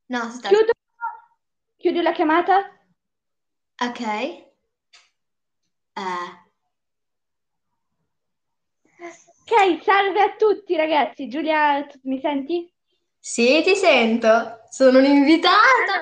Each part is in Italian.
No, aspetta. Chiudo, chiudi la chiamata. Ok. Ok, salve a tutti ragazzi. Giulia, mi senti? Sì, ti sento. Sono un'invitata. Allora,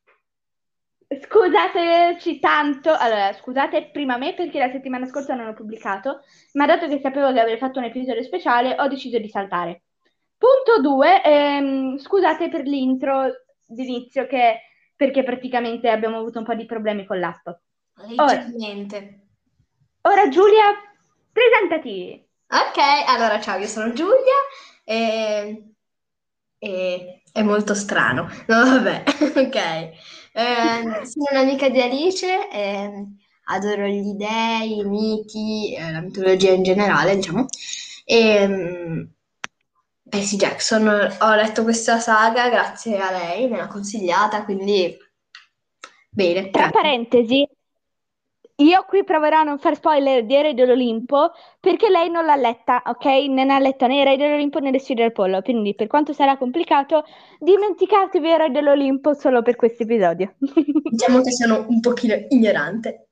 scusateci tanto. Allora, scusate prima me perché la settimana scorsa non ho pubblicato, ma dato che sapevo che avrei fatto un episodio speciale, ho deciso di saltare. Punto 2, scusate per l'intro d'inizio perché praticamente abbiamo avuto un po' di problemi con l'app. Ora, Leggermente. ora Giulia, presentati. Ok, allora ciao, io sono Giulia e, è molto strano. No, vabbè, ok. Sono un'amica di Alice, adoro gli dei, i miti, la mitologia in generale, diciamo. E, Percy Jackson, ho letto questa saga grazie a lei, me l'ha consigliata, quindi bene, Tra grazie. parentesi, io qui proverò a non far spoiler di Eroi dell'Olimpo perché lei non l'ha letta, ok? Non ha letto né Eroi dell'Olimpo né Le sfide del pollo, quindi per quanto sarà complicato, dimenticatevi Eroi dell'Olimpo solo per questo episodio. Diciamo che sono un pochino ignorante,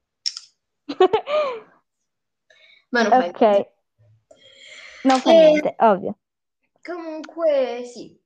ma non fai Ok, niente. non fa E niente, ovvio. comunque sì,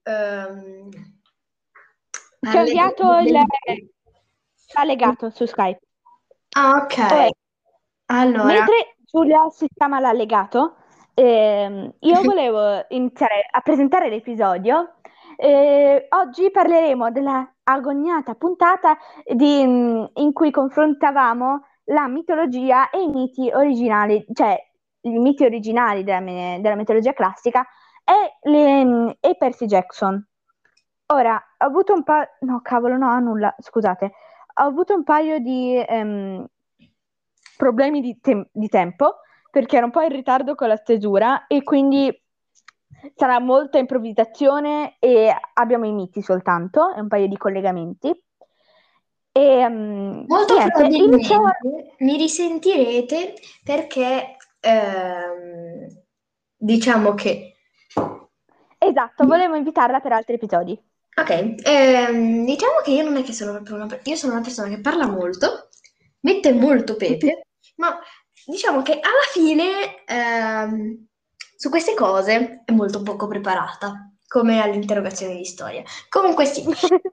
Ti ho inviato parleremo del... l'allegato su Skype. Ah, ok. Ora, Allora, mentre Giulia sistema l'allegato, io volevo iniziare a presentare l'episodio. Oggi parleremo della agognata puntata in cui confrontavamo la mitologia e i miti originali, cioè i miti originali della mitologia classica e Percy Jackson. Ora, ho avuto un po'... No, cavolo, no, nulla, scusate. Ho avuto un paio di problemi di tempo perché ero un po' in ritardo con la stesura e quindi sarà molta improvvisazione e abbiamo i miti soltanto e un paio di collegamenti. E molto niente, iniziamo. probabilmente mi risentirete perché diciamo che... Esatto, volevo invitarla per altri episodi. Ok, diciamo che io non è che sono proprio io sono una persona che parla molto, mette molto pepe, ma diciamo che alla fine su queste cose è molto poco preparata, come all'interrogazione di storia. Comunque sì,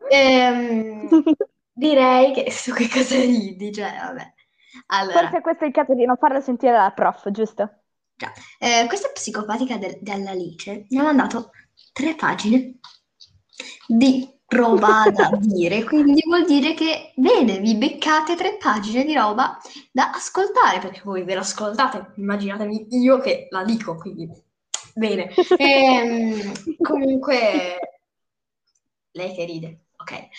direi che su che cosa ridi, cioè vabbè. Allora, Forse questo è il caso di non farla sentire la prof, giusto? già. Questa psicopatica dell'Alice mi ha mandato 3 pagine di roba da dire, quindi vuol dire che bene, vi beccate 3 pagine di roba da ascoltare, perché voi ve l'ascoltate, immaginatevi io che la dico, quindi bene. Comunque, lei che ride, ok.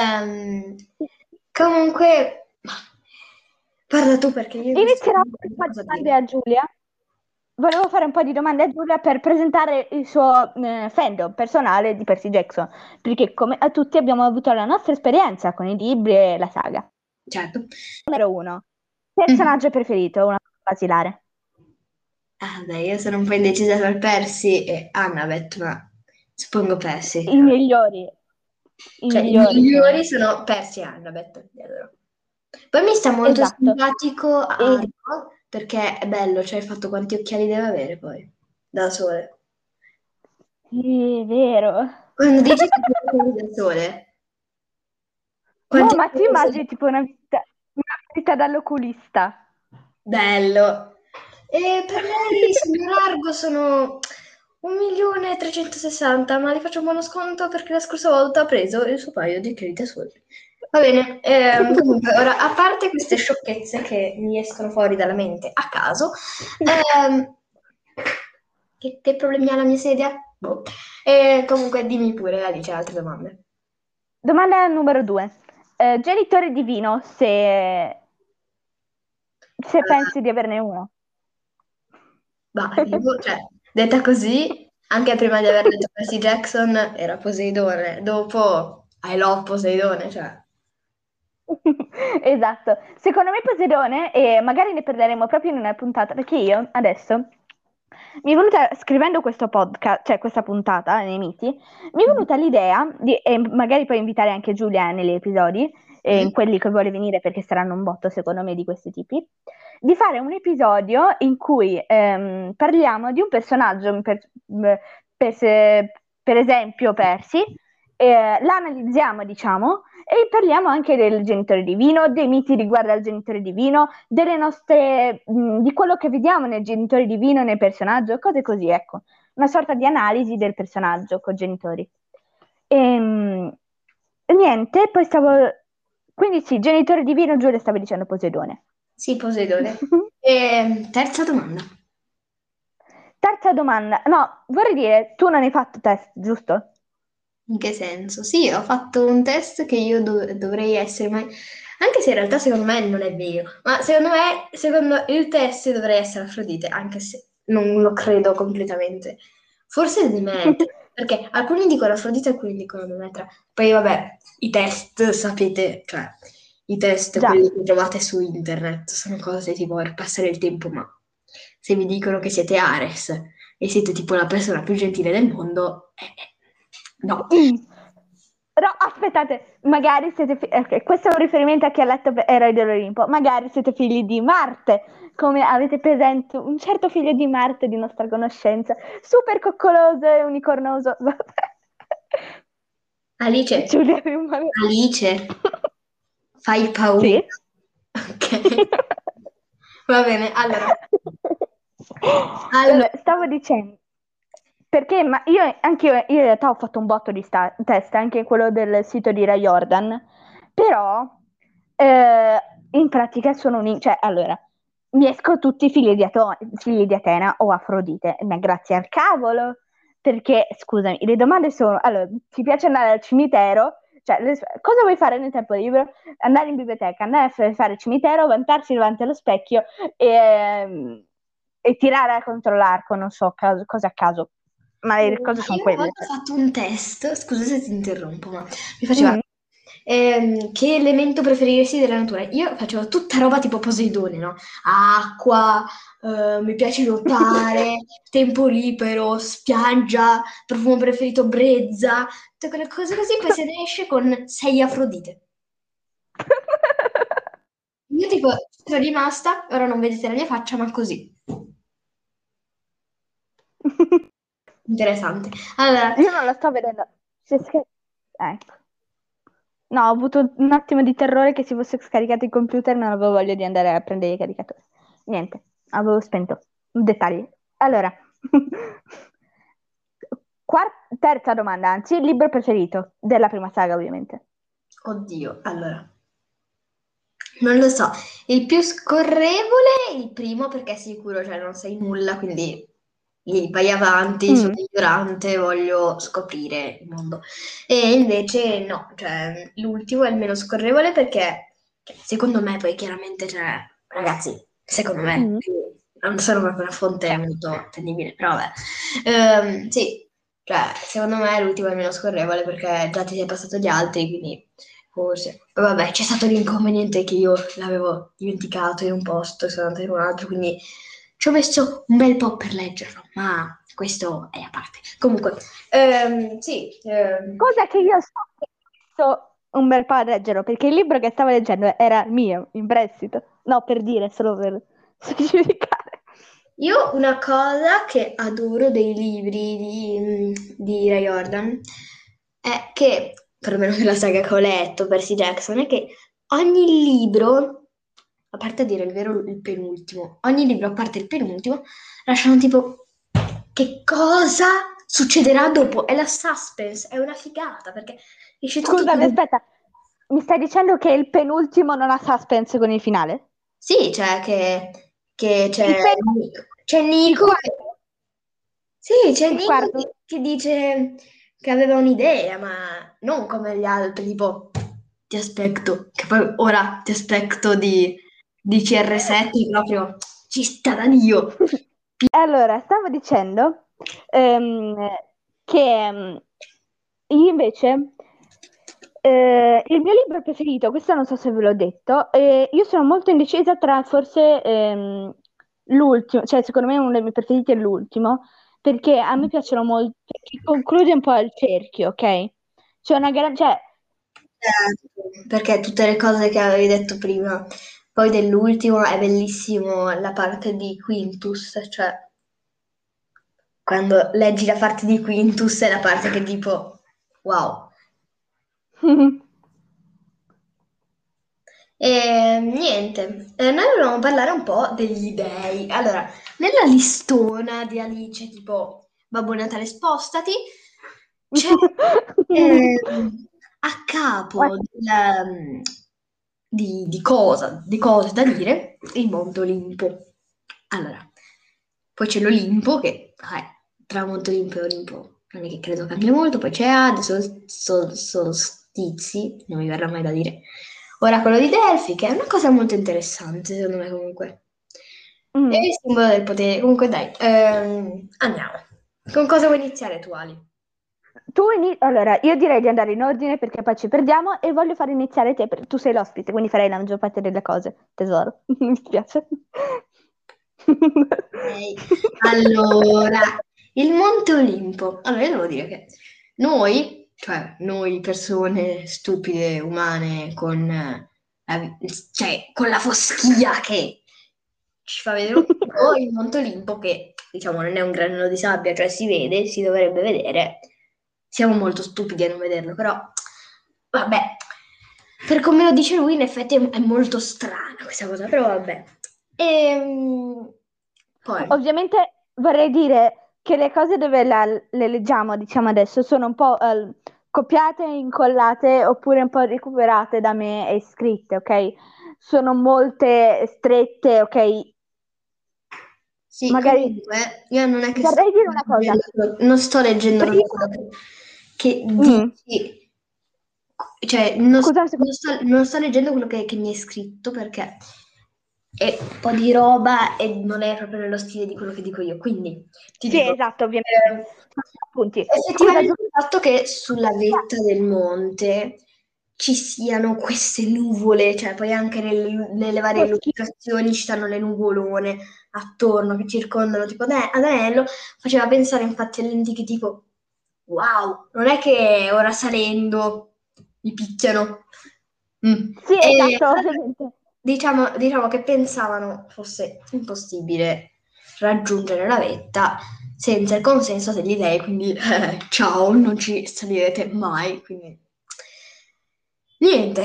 Comunque, parla tu perché io in questo Inizierò a momento fare non un so po' di cosa domande dire. a Giulia. Volevo fare un po' di domande a Giulia per presentare il suo fandom personale di Percy Jackson, perché come a tutti abbiamo avuto la nostra esperienza con i libri e la saga. Certo. Numero uno, Mhm. personaggio preferito, una cosa basilare. Ah, beh, io sono un po' indecisa per Percy e Annabeth, ma suppongo Percy. I migliori, i Cioè, i migliori migliori sono. sono Percy e Annabeth, li adoro. Poi mi sta molto Esatto. simpatico E, Arno, perché è bello, cioè hai fatto quanti occhiali deve avere poi, da sole. sì, è vero. Quando dici che hai occhiali da sole, No, quanti ma ti occhiali immagini sono? tipo una visita dall'oculista? Bello. E per lei, signor Argo, sono 1.360.000, ma gli faccio un buono sconto perché la scorsa volta ha preso il suo paio di crediti soldi. Va bene, comunque, ora, a parte queste sciocchezze che mi escono fuori dalla mente a caso, ehm, che problemi ha la mia sedia? Boh. Comunque, dimmi pure, Alice, altre domande. Domanda numero due. Genitore divino, se Allora, pensi di averne uno. bah, cioè, detta così, anche prima di aver letto Percy Jackson era Poseidone, dopo I love Poseidone, cioè. Esatto. Secondo me Poseidone, e magari ne parleremo proprio in una puntata, perché io adesso mi è venuta, scrivendo questo podcast, cioè questa puntata nei miti, mi è venuta l'idea di, e magari puoi invitare anche Giulia negli episodi, in Mm. quelli che vuole venire perché saranno un botto secondo me di questi tipi, di fare un episodio in cui parliamo di un personaggio, per esempio Percy, l'analizziamo, diciamo, e parliamo anche del genitore divino, dei miti riguardo al genitore divino, delle nostre, di quello che vediamo nel genitore divino, nel personaggio, cose così, ecco. Una sorta di analisi del personaggio con genitori. Niente, poi stavo... Quindi sì, genitore divino, Giulia stava dicendo Poseidone. Sì, Poseidone. Terza domanda. Terza domanda. No, vorrei dire, tu non hai fatto test, giusto? In che senso? Sì, ho fatto un test che io dovrei essere mai... Anche se in realtà secondo me non è vero, ma secondo me, secondo il test dovrei essere Afrodite, anche se non lo credo completamente. Forse Demetra, perché alcuni dicono Afrodite, alcuni dicono Demetra. Poi vabbè, i test, sapete, cioè, i test, Già. quelli che trovate su internet, sono cose tipo per passare il tempo, ma se vi dicono che siete Ares e siete tipo la persona più gentile del mondo, no. Mm. No, aspettate, magari siete ok, questo è un riferimento a chi ha letto Eroi dell'Olimpo, magari siete figli di Marte, come avete presente un certo figlio di Marte di nostra conoscenza, super coccoloso e unicornoso. Vabbè. Alice, Giulia rimane... Alice, fai paura. Sì? Ok, va bene. Allora, Vabbè, stavo dicendo, perché ma io in realtà ho fatto un botto di test, anche quello del sito di Ray Jordan, però in pratica sono cioè allora, mi escono tutti figli di Atena o Afrodite, ma grazie al cavolo, perché scusami, le domande sono, allora, ti piace andare al cimitero? Cioè, cosa vuoi fare nel tempo libero? Andare in biblioteca, andare a fare il cimitero, vantarsi davanti allo specchio e tirare contro l'arco, non so cosa a caso, ma le cose sono io una quelle. volta ho fatto un test, scusa se ti interrompo, ma mi faceva Mm. che elemento preferiresti della natura? Io facevo tutta roba tipo Poseidone, no? Acqua, mi piace nuotare, tempo libero, spiaggia, profumo preferito brezza, tutte quelle cose così, poi se ne esce con sei Afrodite. Io tipo sono rimasta, ora non vedete la mia faccia, ma così. Interessante. Allora, Io non la sto vedendo. Ecco. No, ho avuto un attimo di terrore che si fosse scaricato il computer, non avevo voglia di andare a prendere i caricatori. Niente, avevo spento. Dettagli. Allora, terza domanda, anzi, il libro preferito della prima saga, ovviamente. oddio, allora, non lo so. Il più scorrevole è il primo perché è sicuro, cioè non sai nulla, quindi lì vai avanti, sono Mm. ignorante, voglio scoprire il mondo. E invece no, cioè l'ultimo è il meno scorrevole perché cioè, secondo me poi chiaramente, cioè, ragazzi, secondo me, Mm. non sono proprio una fonte molto attendibile, però vabbè. Sì, cioè, secondo me l'ultimo è il meno scorrevole perché già ti sei passato gli altri, quindi forse. Poi vabbè, c'è stato l'inconveniente che io l'avevo dimenticato in un posto e sono andata in un altro, quindi ci ho messo un bel po' per leggerlo, ma questo è a parte. Comunque, sì, Cosa che io so che ho messo un bel po' a leggerlo, perché il libro che stavo leggendo era mio, in prestito. No, per dire, solo per specificare. io una cosa che adoro dei libri di Ray Jordan è che, perlomeno nella saga che ho letto, Percy Jackson, è che ogni libro, a parte a dire il vero, il penultimo, ogni libro a parte il penultimo, lasciano tipo che cosa succederà dopo? È la suspense, è una figata perché esce tutto Scusami, da... aspetta, mi stai dicendo che il penultimo non ha suspense con il finale? Sì, cioè che Il penultimo, c'è il Nico quarto, sì, c'è il Nico quarto. che dice che aveva un'idea, ma non come gli altri, tipo ti aspetto, che poi ora ti aspetto di CR7, proprio ci sta da Dio. Allora, stavo dicendo ehm, che io invece il mio libro preferito, questo non so se ve l'ho detto, io sono molto indecisa tra forse l'ultimo, cioè secondo me uno dei miei preferiti è l'ultimo, perché a me piacciono molto, perché conclude un po' il cerchio, ok? C'è una gran, cioè, Certo, perché tutte le cose che avevi detto prima, poi dell'ultimo è bellissimo la parte di Quintus, cioè quando leggi la parte di Quintus è la parte che tipo, wow. E niente, noi volevamo parlare un po' degli dei. Allora, nella listona di Alice, tipo Babbo Natale spostati, c'è a capo di cose da dire il Monte Olimpo. Allora, poi c'è l'Olimpo che, tra Monte Olimpo e Olimpo non è che credo cambia molto, poi c'è Ade, Solstizi, non mi verrà mai da dire. Oracolo di Delfi, che è una cosa molto interessante, secondo me, comunque. E Mm. il simbolo del potere. Comunque, dai, andiamo. Con cosa vuoi iniziare tu, Ali? Allora, io direi di andare in ordine perché poi ci perdiamo e voglio far iniziare te, tu sei l'ospite, quindi farei la maggior parte delle cose, tesoro. Mi spiace. Ok. Allora, il Monte Olimpo. Allora, io devo dire che noi persone stupide, umane, con la foschia che ci fa vedere un po' il Monte Olimpo, che diciamo non è un granello di sabbia, cioè si vede, si dovrebbe vedere. Siamo molto stupidi a non vederlo, però vabbè, per come lo dice lui, in effetti è molto strana questa cosa, però vabbè. Poi, Ovviamente vorrei dire che le cose dove le leggiamo, diciamo adesso, sono un po' copiate, incollate oppure un po' recuperate da me e scritte, ok? Sono molte strette, ok? sì, Magari comunque, io non è che vorrei dire una cosa. non sto leggendo proprio Prima, quello che mm, dici, cioè non, scusa un secondo. non sto leggendo quello che mi hai scritto perché è un po' di roba e non è proprio nello stile di quello che dico io, quindi ti Sì, dico, esatto, ovviamente. Appunti. Scusa, effettivamente il fatto che sulla vetta del monte ci siano queste nuvole, cioè poi anche nelle varie Foschi. illustrazioni ci stanno le nuvolone attorno che circondano tipo ad anello, faceva pensare infatti agli antichi tipo, wow, non è che ora salendo mi picchiano. Mm. Sì, E esatto, ovviamente. diciamo che pensavano fosse impossibile raggiungere la vetta senza il consenso degli dei, quindi ciao, non ci salirete mai. Quindi niente,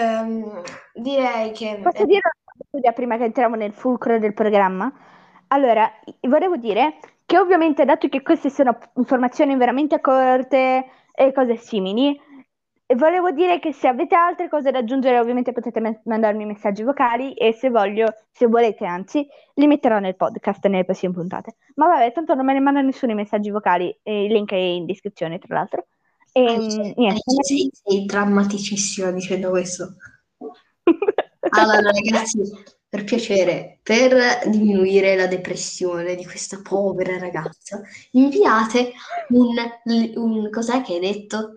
direi che Posso dire una cosa prima che entriamo nel fulcro del programma? Allora, volevo dire che ovviamente, dato che queste sono informazioni veramente corte e cose simili, volevo dire che se avete altre cose da aggiungere, ovviamente potete mandarmi messaggi vocali e se volete, anzi, li metterò nel podcast nelle prossime puntate. Ma vabbè, tanto non me ne manda nessuno i messaggi vocali, e il link è in descrizione, tra l'altro. E niente. Alice, sei drammaticissima dicendo questo. Allora, ragazzi, per piacere, per diminuire la depressione di questa povera ragazza, inviate cos'è che hai detto?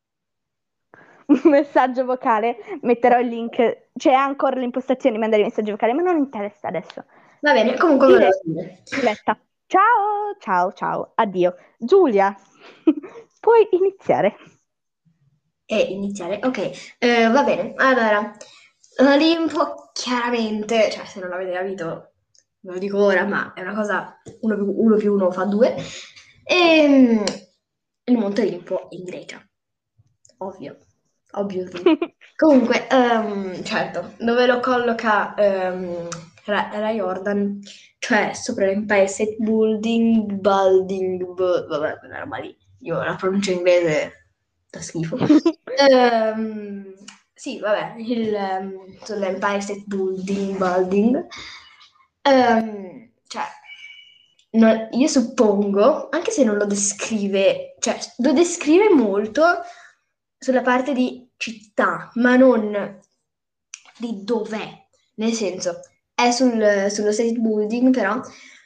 Un messaggio vocale, metterò il link, c'è ancora l'impostazione di mandare i messaggi vocali, ma non interessa adesso. Va bene, comunque volevo Dire, dire. Diletta, ciao, ciao, ciao, addio. Giulia, puoi iniziare. E iniziare. Ok, va bene. Allora, l'Olimpo chiaramente, cioè se non l'avete capito, ve lo dico ora, ma è una cosa, uno più uno fa due. E il Monte Olimpo in Grecia, ovvio, obviously. Comunque, certo, dove lo colloca Ray Jordan, cioè sopra l'Empire State vabbè, quella roba lì. Io la pronuncia inglese da schifo. Ehm, sì, vabbè, sull'Empire State Building. Cioè, io suppongo, anche se non lo descrive, cioè lo descrive molto sulla parte di città, ma non di dov'è. Nel senso, è sullo state building, però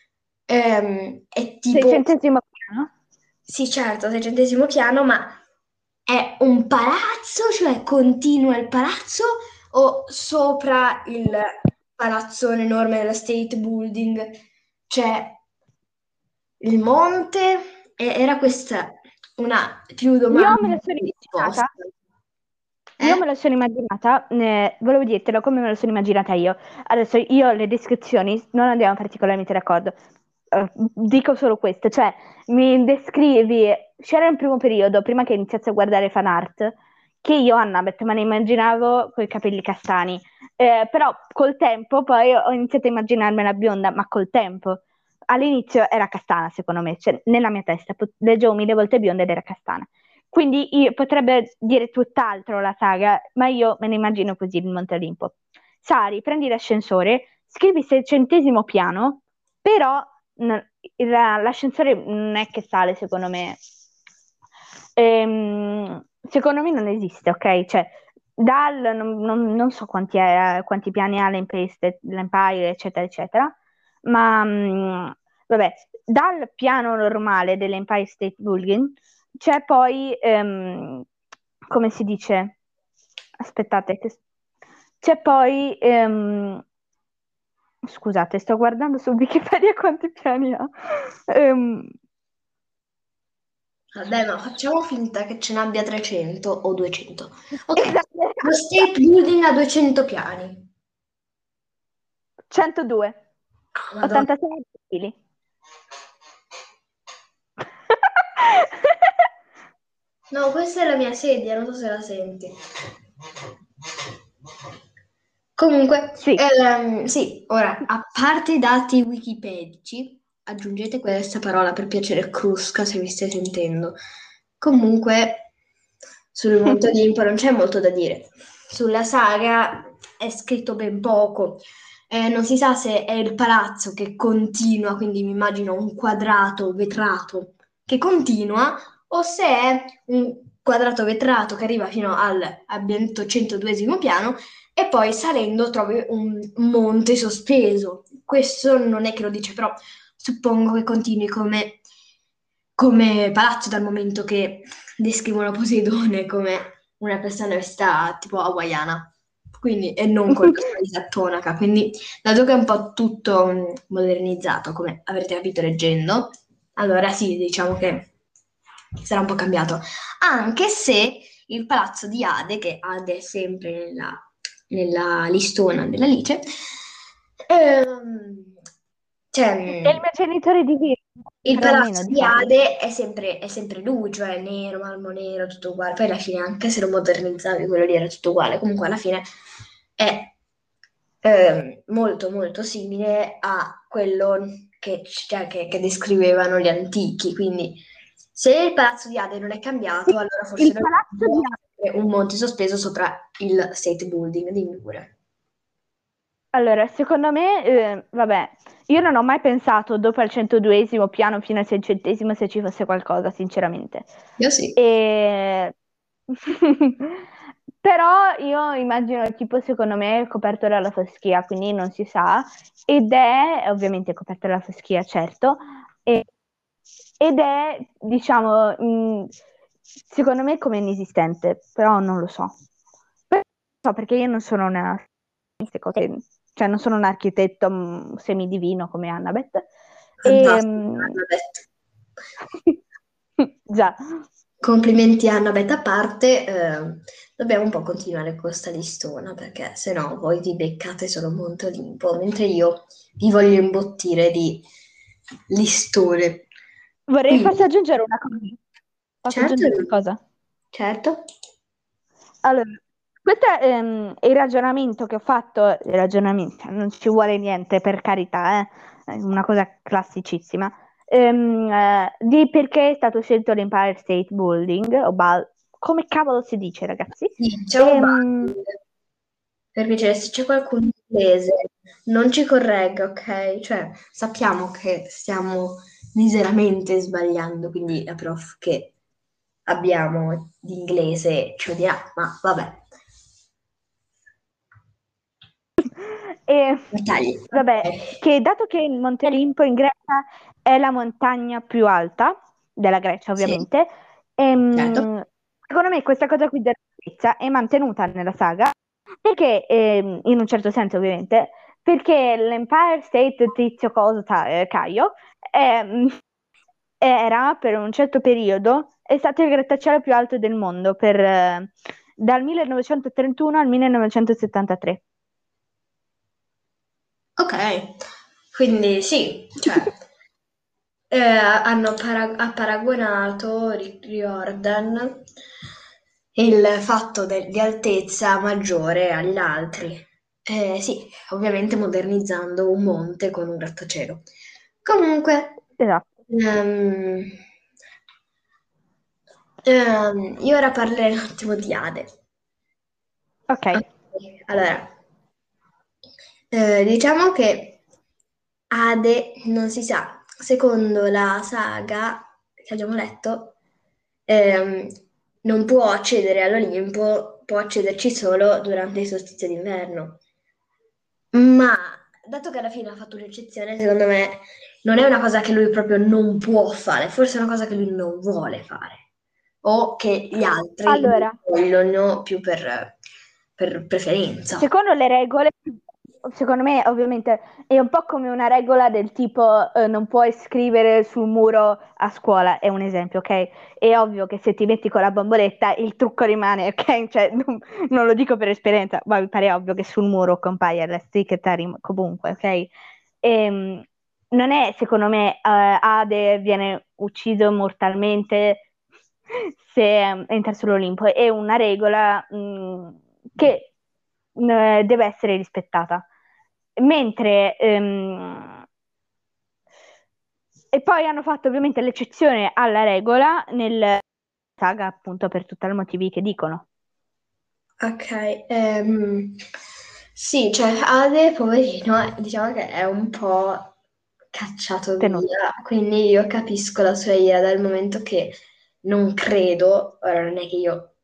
è tipo, Seicentesimo piano? sì, certo, 600° piano, ma è un palazzo, cioè continua il palazzo o sopra il palazzone enorme della State Building, c'è il monte e era questa una più Io domanda me la sono che immaginata. risposta. Io Eh? me la sono immaginata, volevo dirtelo come me la sono immaginata io. Adesso io le descrizioni non andiamo particolarmente d'accordo. Dico solo questo, cioè mi descrivi, c'era il primo periodo, prima che iniziassi a guardare fan art, che io Annabeth me ne immaginavo con i capelli castani. Però col tempo poi ho iniziato a immaginarmela bionda, ma col tempo. All'inizio era castana, secondo me, cioè, nella mia testa, leggevo mille volte bionda ed era castana. Quindi potrebbe dire tutt'altro la saga, ma io me ne immagino così il Monte Olimpo. Sari, prendi l'ascensore, scrivi 600° piano, però l'ascensore non è che sale, secondo me. Secondo me non esiste, ok? Cioè, non so quanti piani ha l'Empire, eccetera, eccetera, ma vabbè, dal piano normale dell'Empire State Building c'è poi, come si dice? Aspettate, c'è poi, scusate, sto guardando su Wikipedia quanti piani ha. Vabbè, ma facciamo finta che ce n'abbia 300 o 200. Ok, lo Esatto. State Building ha 200 piani. 102, Ah, Madonna. 86 kg. No, questa è la mia sedia, non so se la senti. Comunque, Sì, sì, ora, a parte i dati wikipedici, aggiungete questa parola per piacere crusca se mi stai sentendo. Comunque, sul Monte Olimpo non c'è molto da dire. Sulla saga è scritto ben poco. Non si sa se è il palazzo che continua, quindi mi immagino un quadrato vetrato che continua, o se è un quadrato vetrato che arriva fino al 102° piano e poi salendo trovi un monte sospeso. Questo non è che lo dice, però suppongo che continui come palazzo dal momento che descrivono Poseidone come una persona vestita tipo hawaiana. Quindi, e non con la solita tonaca. Quindi, dato che è un po' tutto modernizzato, come avrete capito leggendo, allora sì, diciamo che sarà un po' cambiato. Anche se il palazzo di Ade, che Ade è sempre nella listona dell'Alice, ehm, cioè, è il mio genitore di vita, il però almeno palazzo di di farlo. Ade è sempre lui, cioè nero, marmo nero, tutto uguale. Poi alla fine, anche se lo modernizzavi, quello lì era tutto uguale. Comunque alla fine è molto molto simile a quello che descrivevano gli antichi. Quindi se il palazzo di Ade non è Sì, cambiato, allora forse il noi palazzo di abbiamo un monte sospeso sopra il State Building. Dimmi pure. Allora, secondo me, vabbè, io non ho mai pensato dopo al 102° piano fino al 600° se ci fosse qualcosa, sinceramente. Io sì. E... Però io immagino tipo, secondo me, coperto dalla foschia, quindi non si sa, ed è ovviamente coperto dalla foschia, certo, e- ed è, diciamo, secondo me come inesistente, però non lo so. So perché io non sono una queste cose, cioè non sono un architetto semidivino come Annabeth. E, Fantastico, Annabeth. già. Complimenti a Annabeth a parte, dobbiamo un po' continuare con sta listona perché se no voi vi beccate solo Monte Olimpo, mentre io vi voglio imbottire di listone. Vorrei Quindi, farti aggiungere una cosa. Posso certo, aggiungere una cosa? certo, Allora, questo è il ragionamento che ho fatto, il ragionamento, non ci vuole niente per carità, è una cosa classicissima, di perché è stato scelto l'Empire State Building, come cavolo si dice, ragazzi? sì, diciamo Ehm, Baldwin. Per piacere, se c'è qualcuno in inglese, non ci corregga, ok? Cioè, sappiamo che stiamo miseramente sbagliando, quindi la prof che abbiamo di inglese ci odierà, ma vabbè, E dettagli. vabbè, Ok. che dato che il Monte Olimpo in Grecia è la montagna più alta della Grecia, Sì, ovviamente, certo. secondo me questa cosa qui dell'altezza è mantenuta nella saga perché, in un certo senso, ovviamente, perché l'Empire State Tizio Coso Caio era per un certo periodo è stato il grattacielo più alto del mondo dal 1931 al 1973. Ok, quindi sì, cioè, ha paragonato Riordan il fatto di altezza maggiore agli altri. Sì, ovviamente modernizzando un monte con un grattacielo. Comunque, Esatto. ehm, io ora parlerò un attimo di Ade. Ok, Ok, allora, diciamo che Ade non si sa, secondo la saga che abbiamo letto, ehm, non può accedere all'Olimpo, può accederci solo durante il solstizio d'inverno. Ma dato che alla fine ha fatto un'eccezione, secondo me non è una cosa che lui proprio non può fare, forse è una cosa che lui non vuole fare, o che gli altri non allora, vogliono più per preferenza. secondo le regole, secondo me ovviamente è un po' come una regola del tipo non puoi scrivere sul muro a scuola, è un esempio, ok? È ovvio che se ti metti con la bomboletta il trucco rimane, ok? Cioè, non lo dico per esperienza, ma mi pare ovvio che sul muro compaia la sticker comunque, ok? Ehm, Non è, secondo me, Ade viene ucciso mortalmente se entra sull'Olimpo, è una regola che deve essere rispettata. Mentre e poi hanno fatto ovviamente l'eccezione alla regola nel saga, appunto, per tutti i motivi che dicono. Ok, sì, cioè Ade, poverino, diciamo che è un po' cacciato Tenuto. via, quindi io capisco la sua ira dal momento che non credo, ora non è che io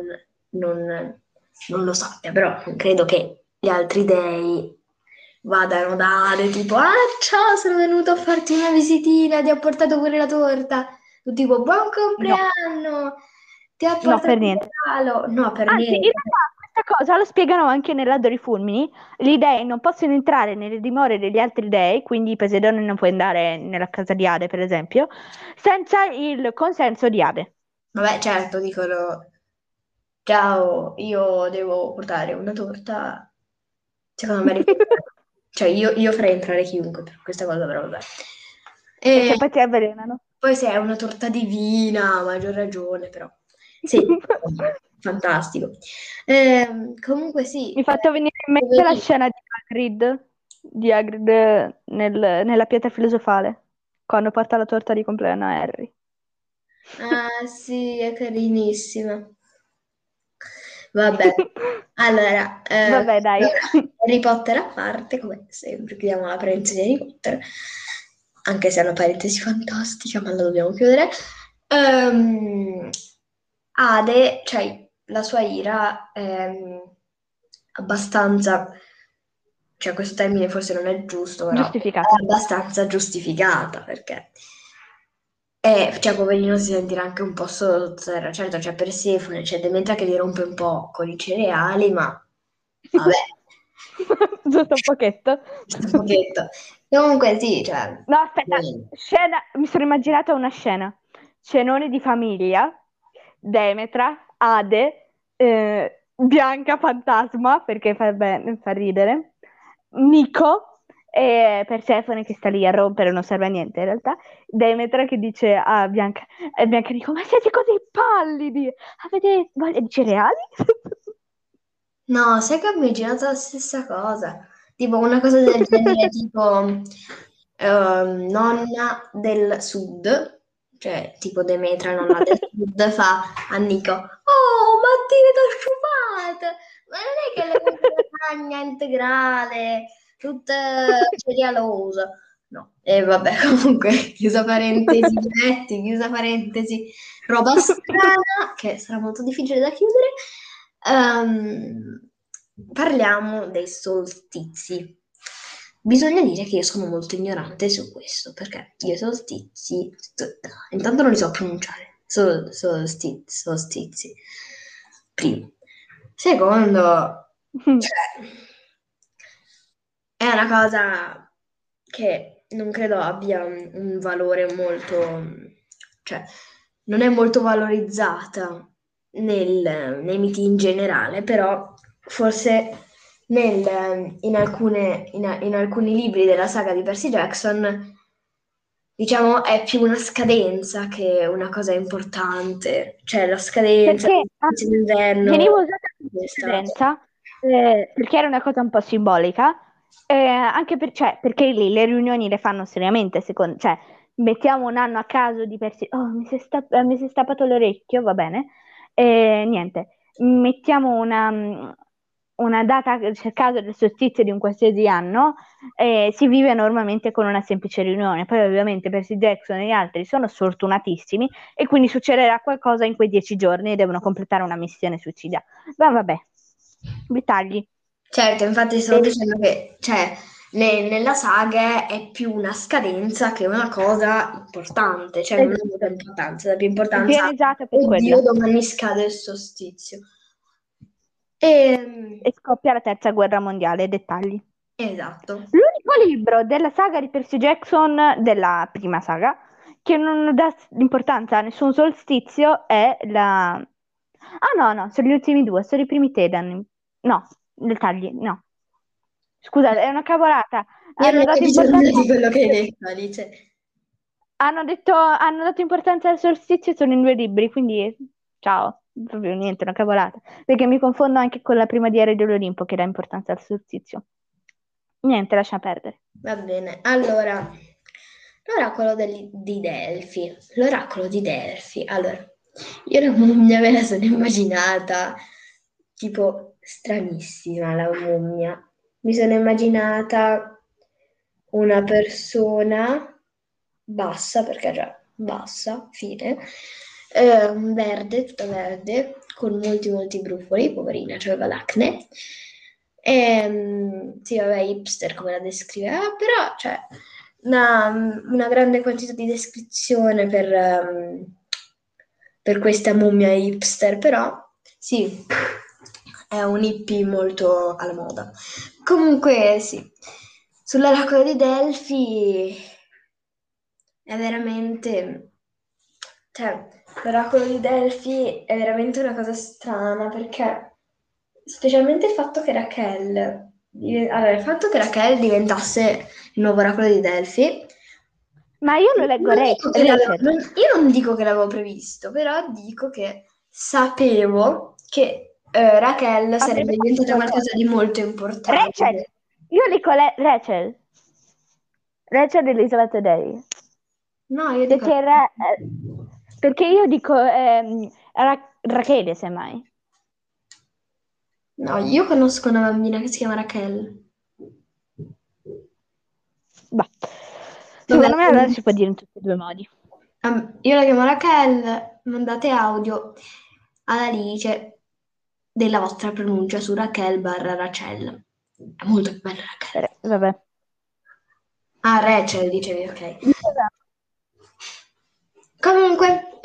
non lo sappia, però non credo che gli altri dei vadano da Ade tipo, ah ciao, sono venuto a farti una visitina, ti ho portato pure la torta, tu tipo, buon No, compleanno! Ti ha no, portato per un niente. regalo? No, per Anzi, in niente. realtà questa cosa lo spiegano anche nell'Addo dei Fulmini. Gli dei non possono entrare nelle dimore degli altri dei, quindi Poseidone non può andare nella casa di Ade, per esempio, senza il consenso di Ade. Vabbè, certo, dicono, ciao, io devo portare una torta. Secondo me, cioè io farei entrare chiunque per questa cosa, però vabbè. E E se poi ti avvelenano. poi se è una torta divina, a maggior ragione, però. Sì, fantastico. Comunque sì, Mi ha fatto venire in mente la poverino. scena di Hagrid nella pietra filosofale, quando porta la torta di compleanno a Harry. Ah, sì, è carinissima. Vabbè, allora, Vabbè, dai. Harry Potter a parte, come sempre, chiudiamo la parentesi di Harry Potter, anche se è una parentesi fantastica, ma la dobbiamo chiudere. Ehm, Ade, cioè la sua ira è abbastanza, cioè questo termine forse non è giusto, però Giustificata. è abbastanza giustificata, perché cioè, poverino si sentirà anche un po' sottoterra. Certo, c'è Persefone, c'è Demetra che gli rompe un po' con i cereali, ma vabbè, Giusto un pochetto. giusto un pochetto. Comunque sì, cioè, No, aspetta, mi sono immaginata una scena. Cenone di famiglia, Demetra, Ade, Bianca Fantasma, perché fa ridere, Nico e Persefone che sta lì a rompere, non serve a niente in realtà, Demetra che dice a Bianca, e Bianca dice, ma siete così pallidi, avete voglia di cereali? no, sai che ho immaginato la stessa cosa? Tipo una cosa del genere, tipo nonna del sud, cioè tipo Demetra, nonna del sud, fa a Nico, oh, mattine da sciupate! Ma non è che le vuoi la lasagna integrale, tutta cerealosa? No, e vabbè, comunque, chiusa parentesi, diretti, chiusa parentesi, roba strana, che sarà molto difficile da chiudere. Parliamo dei solstizi. Bisogna dire che io sono molto ignorante su questo, perché io i solstizi, intanto non li so pronunciare, solstizi. Primo. Secondo, cioè, è una cosa che non credo abbia un valore molto, cioè non è molto valorizzata nei miti in generale, però forse in alcuni libri della saga di Percy Jackson, diciamo, è più una scadenza che una cosa importante, cioè la scadenza Perché d'inverno, veniva usata come d'estate. scadenza, perché era una cosa un po' simbolica, anche perché lì le riunioni le fanno seriamente, cioè mettiamo un anno a caso di oh, mi si è stappato l'orecchio, va bene, niente, mettiamo una data a caso del solstizio di un qualsiasi anno, si vive normalmente con una semplice riunione. Poi ovviamente Percy Jackson e gli altri sono sfortunatissimi e quindi succederà qualcosa in quei 10 giorni e devono completare una missione suicida. Ma vabbè, dettagli. Certo, infatti stavo dicendo che cioè, nella saga è più una scadenza che una cosa importante, cioè non ha molta Esatto. importanza, la più importanza, Viene usata per oddio, quello. domani scade il solstizio. E, E scoppia la terza guerra mondiale, dettagli. esatto. L'unico libro della saga di Percy Jackson, della prima saga, che non dà importanza a nessun solstizio è la... Ah no, no, sono gli ultimi due, sono i primi Tedan. No, dettagli, no. Scusate, è una cavolata. Io non Hanno ho dato capito nulla importanza... di quello che hai detto, Alice. Hanno dato importanza al solstizio e sono in due libri, quindi ciao, proprio niente, una cavolata. Perché mi confondo anche con la prima di Era dell'Olimpo che dà importanza al solstizio. Niente, lascia perdere. Va bene, allora, di Delfi. L'oracolo di Delfi. Allora, io la mummia me la sono immaginata tipo stranissima, la mummia. Mi sono immaginata una persona bassa, perché già bassa, fine, verde, tutta verde, con molti molti brufoli, poverina, aveva l'acne. Sì, vabbè, hipster come la descriveva, però c'è una grande quantità di descrizione per questa mummia hipster, però sì, è un hippie molto alla moda. Comunque, sì, sull'oracolo di Delfi è veramente, cioè, l'oracolo di Delfi è veramente una cosa strana perché, specialmente il fatto che allora, il fatto che Raquel diventasse il nuovo oracolo di Delfi, Ma io lo leggo non dico che Rachel. io non dico che l'avevo previsto, però dico che sapevo che Raquel sarebbe Avrebbe diventata fatto qualcosa di molto importante. Rachel. Io dico Rachel. Rachel Elizabeth Day. No, io dico... Perché, perché io dico Rachele, semmai. No, io conosco una bambina che si chiama Raquel. Bah. Vabbè, Secondo me allora si può dire in tutti e due i modi. io la chiamo Raquel, mandate audio ad Alice della vostra pronuncia su Raquel barra Rachel. È molto più bella Raquel. Vabbè. Ah, Rachel, dicevi, ok. Dicevo, Comunque,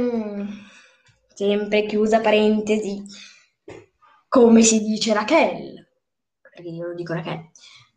sempre chiusa parentesi, come si dice Raquel, perché io lo dico Raquel.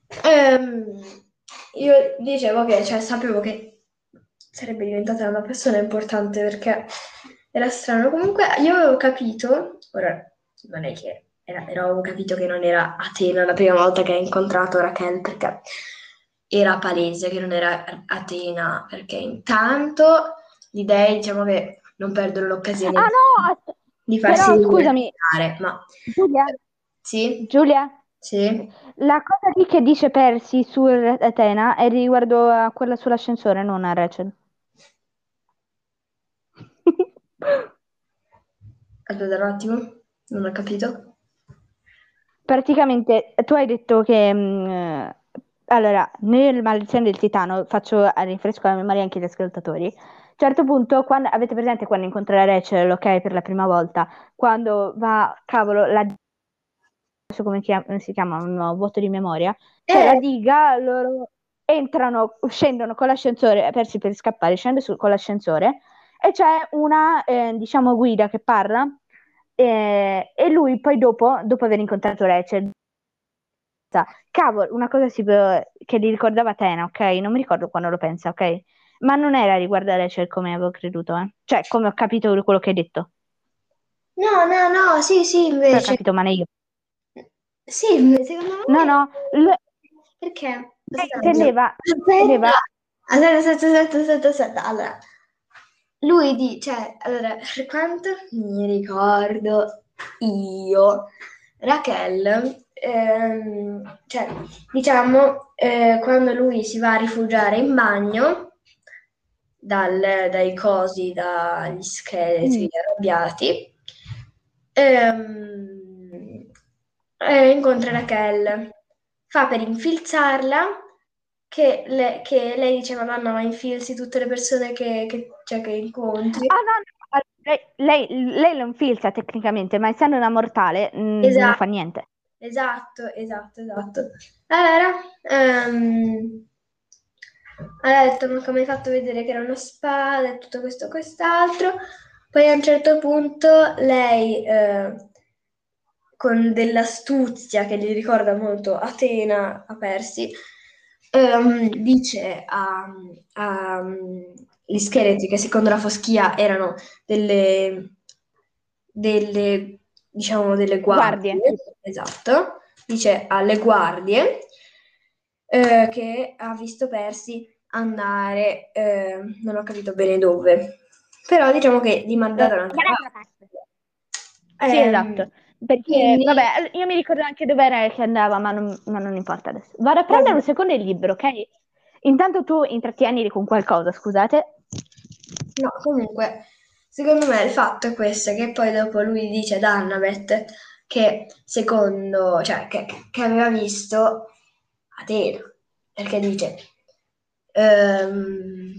Io dicevo che, cioè, sapevo che sarebbe diventata una persona importante perché era strano. Comunque, io avevo capito, ora non è che però avevo capito che non era Atena la prima volta che ho incontrato Raquel perché era palese che non era Atena, perché intanto gli dei diciamo che non perdono l'occasione ah no, di farsi però scusami, rispettare, ma Giulia, sì, Giulia, sì. la cosa lì che dice Percy su Atena è riguardo a quella sull'ascensore, non a Rachel. Aspetta un attimo, non ho capito. Praticamente tu hai detto che allora, nel Maledizione del Titano faccio a rinfresco la memoria anche agli ascoltatori. A un certo punto, quando, avete presente quando incontra Rachel, ok, per la prima volta, quando va, cavolo, non so come si chiama, un vuoto di memoria, c'è la Eh, diga, loro entrano, scendono con l'ascensore, persi per scappare, con l'ascensore e c'è una, diciamo, guida che parla e lui poi dopo aver incontrato Rachel Cavolo, una cosa che gli ricordava Atena, ok? Non mi ricordo quando lo pensa, ok? Ma non era riguardo a Rachel come avevo creduto, eh? Cioè, come ho capito quello che hai detto. No, no, no, sì, sì, Poi ho invece. capito male io. Sì, secondo No, me. no, Perché? lei Aspetta un attimo. intendeva, Aspetta. Aspetta. Allora, lui dice, allora, per quanto mi ricordo io, Raquel, cioè, diciamo, quando lui si va a rifugiare in bagno dai cosi, dagli scheletri mm, arrabbiati, incontra Raquel, fa per infilzarla, che lei dice, Madonna, ma infilzi tutte le persone cioè, che incontri. ah, no, no, lei lo infilza tecnicamente, ma essendo una mortale, non fa Esatto, niente. esatto. Allora, ha detto, ma come hai fatto a vedere che era una spada e tutto questo e quest'altro. Poi a un certo punto lei, con dell'astuzia che gli ricorda molto Atena a Persi, dice agli scheletri che secondo la foschia erano delle, diciamo, delle Guardie. guardie, esatto, dice alle guardie che ha visto Persi andare, non ho capito bene dove, però diciamo che li manda da un'altra Dall'altra parte. parte. Sì, esatto. Perché, Quindi, vabbè, io mi ricordo anche dove era che andava, ma non importa adesso. Vado a prendere vabbè, un secondo il libro, ok? Intanto tu intrattienili con qualcosa, scusate. no, comunque, secondo me il fatto è questo, che poi dopo lui dice ad Annabeth che secondo, cioè che aveva visto Atena, perché dice, ehm,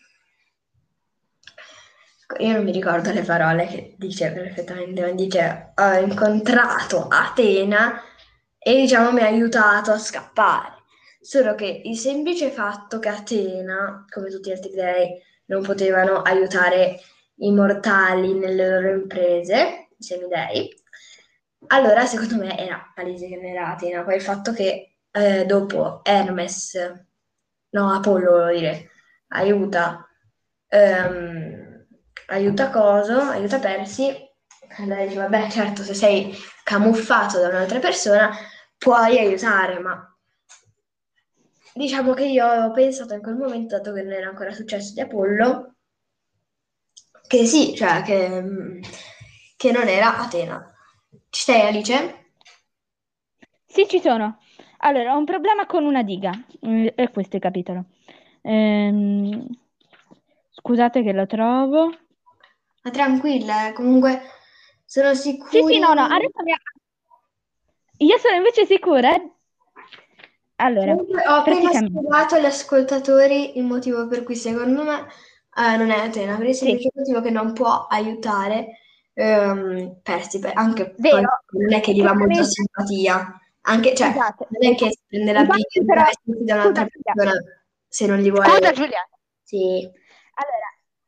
io non mi ricordo le parole che dice perfettamente, ma dice ho incontrato Atena e diciamo mi ha aiutato a scappare. Solo che il semplice fatto che Atena, come tutti gli altri dei, non potevano aiutare i mortali nelle loro imprese, i semidei, allora secondo me era palese che non era Atena. Poi il fatto che dopo Hermes, no, Apollo volevo dire, aiuta, ehm, aiuta Coso, aiuta Persi, allora dici, vabbè, certo, se sei camuffato da un'altra persona puoi aiutare, ma diciamo che io avevo pensato in quel momento, dato che non era ancora successo di Apollo, che sì, cioè che non era Atena. Ci sei, Alice? Sì, ci sono. Allora, ho un problema con una diga. È questo il capitolo. Ehm, scusate che lo trovo. Ma tranquilla, comunque sono Sì, sicura. sì, no, no, adesso io sono invece sicura. Allora, Comunque, ho appena praticamente, spiegato agli ascoltatori il motivo per cui secondo me non è Atena, per il sì, semplice motivo che non può aiutare Persipe, anche poi vero, non è che gli va molto a tecnicamente, simpatia, anche, cioè, esatto, non è che esatto. si prende la briga Infatti di però, vestirsi da scusa un'altra Giulia, persona se non gli scusa vuole. Giulia. Sì, Allora,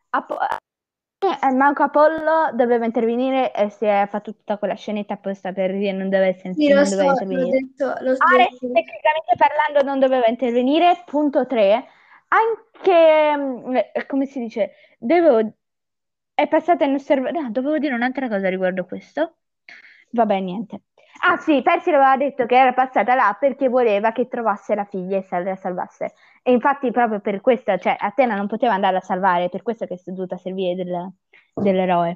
Manco Apollo doveva intervenire e si è fatto tutta quella scenetta apposta per dire sì, lo non so, doveva l'ho intervenire. detto, l'ho Ares, detto. tecnicamente parlando, non doveva intervenire. Punto 3. Anche, come si dice, è passata inosservata. No, dovevo dire un'altra cosa riguardo questo. Vabbè, niente. Ah sì, Percy le aveva detto che era passata là perché voleva che trovasse la figlia e la salvasse. E infatti proprio per questo, cioè Atena non poteva andare a salvare, per questo che è dovuta servire dell'eroe.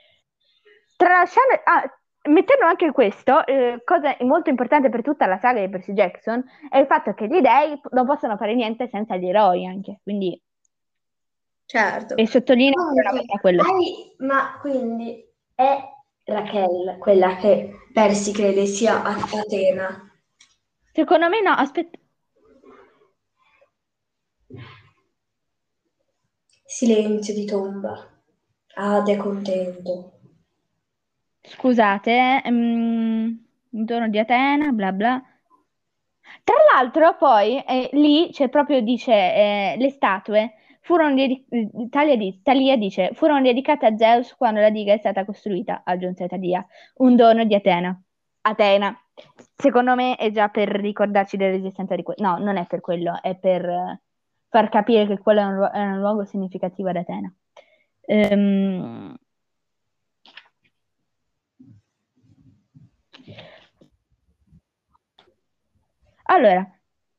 Mettendo anche questo, cosa molto importante per tutta la saga di Percy Jackson è il fatto che gli dei non possono fare niente senza gli eroi anche, quindi Certo. e sottolineo ancora una Comunque, volta quello. ma quindi è Raquel quella che Percy crede sia Atena? Secondo me no, aspetta, Silenzio di tomba. Ade contento. scusate, intorno di Atena, bla bla. Tra l'altro, poi lì c'è proprio, dice, le statue furono Talia dice, furono dedicate a Zeus quando la diga è stata costruita, aggiunse Talia, un dono di Atena. Atena. Secondo me è già per ricordarci dell'esistenza di quello. No, non è per quello, è per far capire che quello è un luogo significativo ad Atena. Ehm, Allora,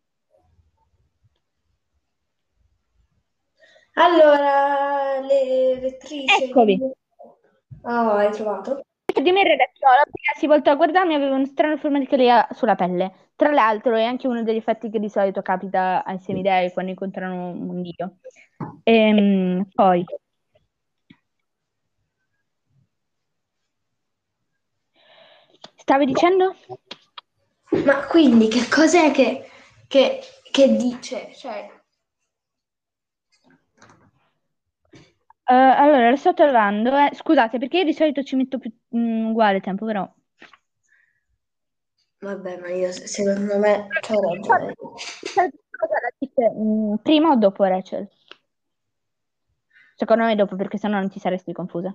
Allora, le lettrici. eccovi. Oh, hai trovato? Di me il ragazzolo, appena si voltò a guardarmi, aveva una strana forma di calia sulla pelle. Tra l'altro, è anche uno degli effetti che di solito capita ai semidei quando incontrano un dio. Poi, stavi dicendo? Ma quindi che cos'è che dice? Cioè, Allora, lo sto trovando. Scusate, perché io di solito ci metto più uguale tempo, però. vabbè, ma io secondo me c'ho ragione. Cosa la dice, prima o dopo Rachel? Secondo me dopo, perché sennò non ti saresti confusa.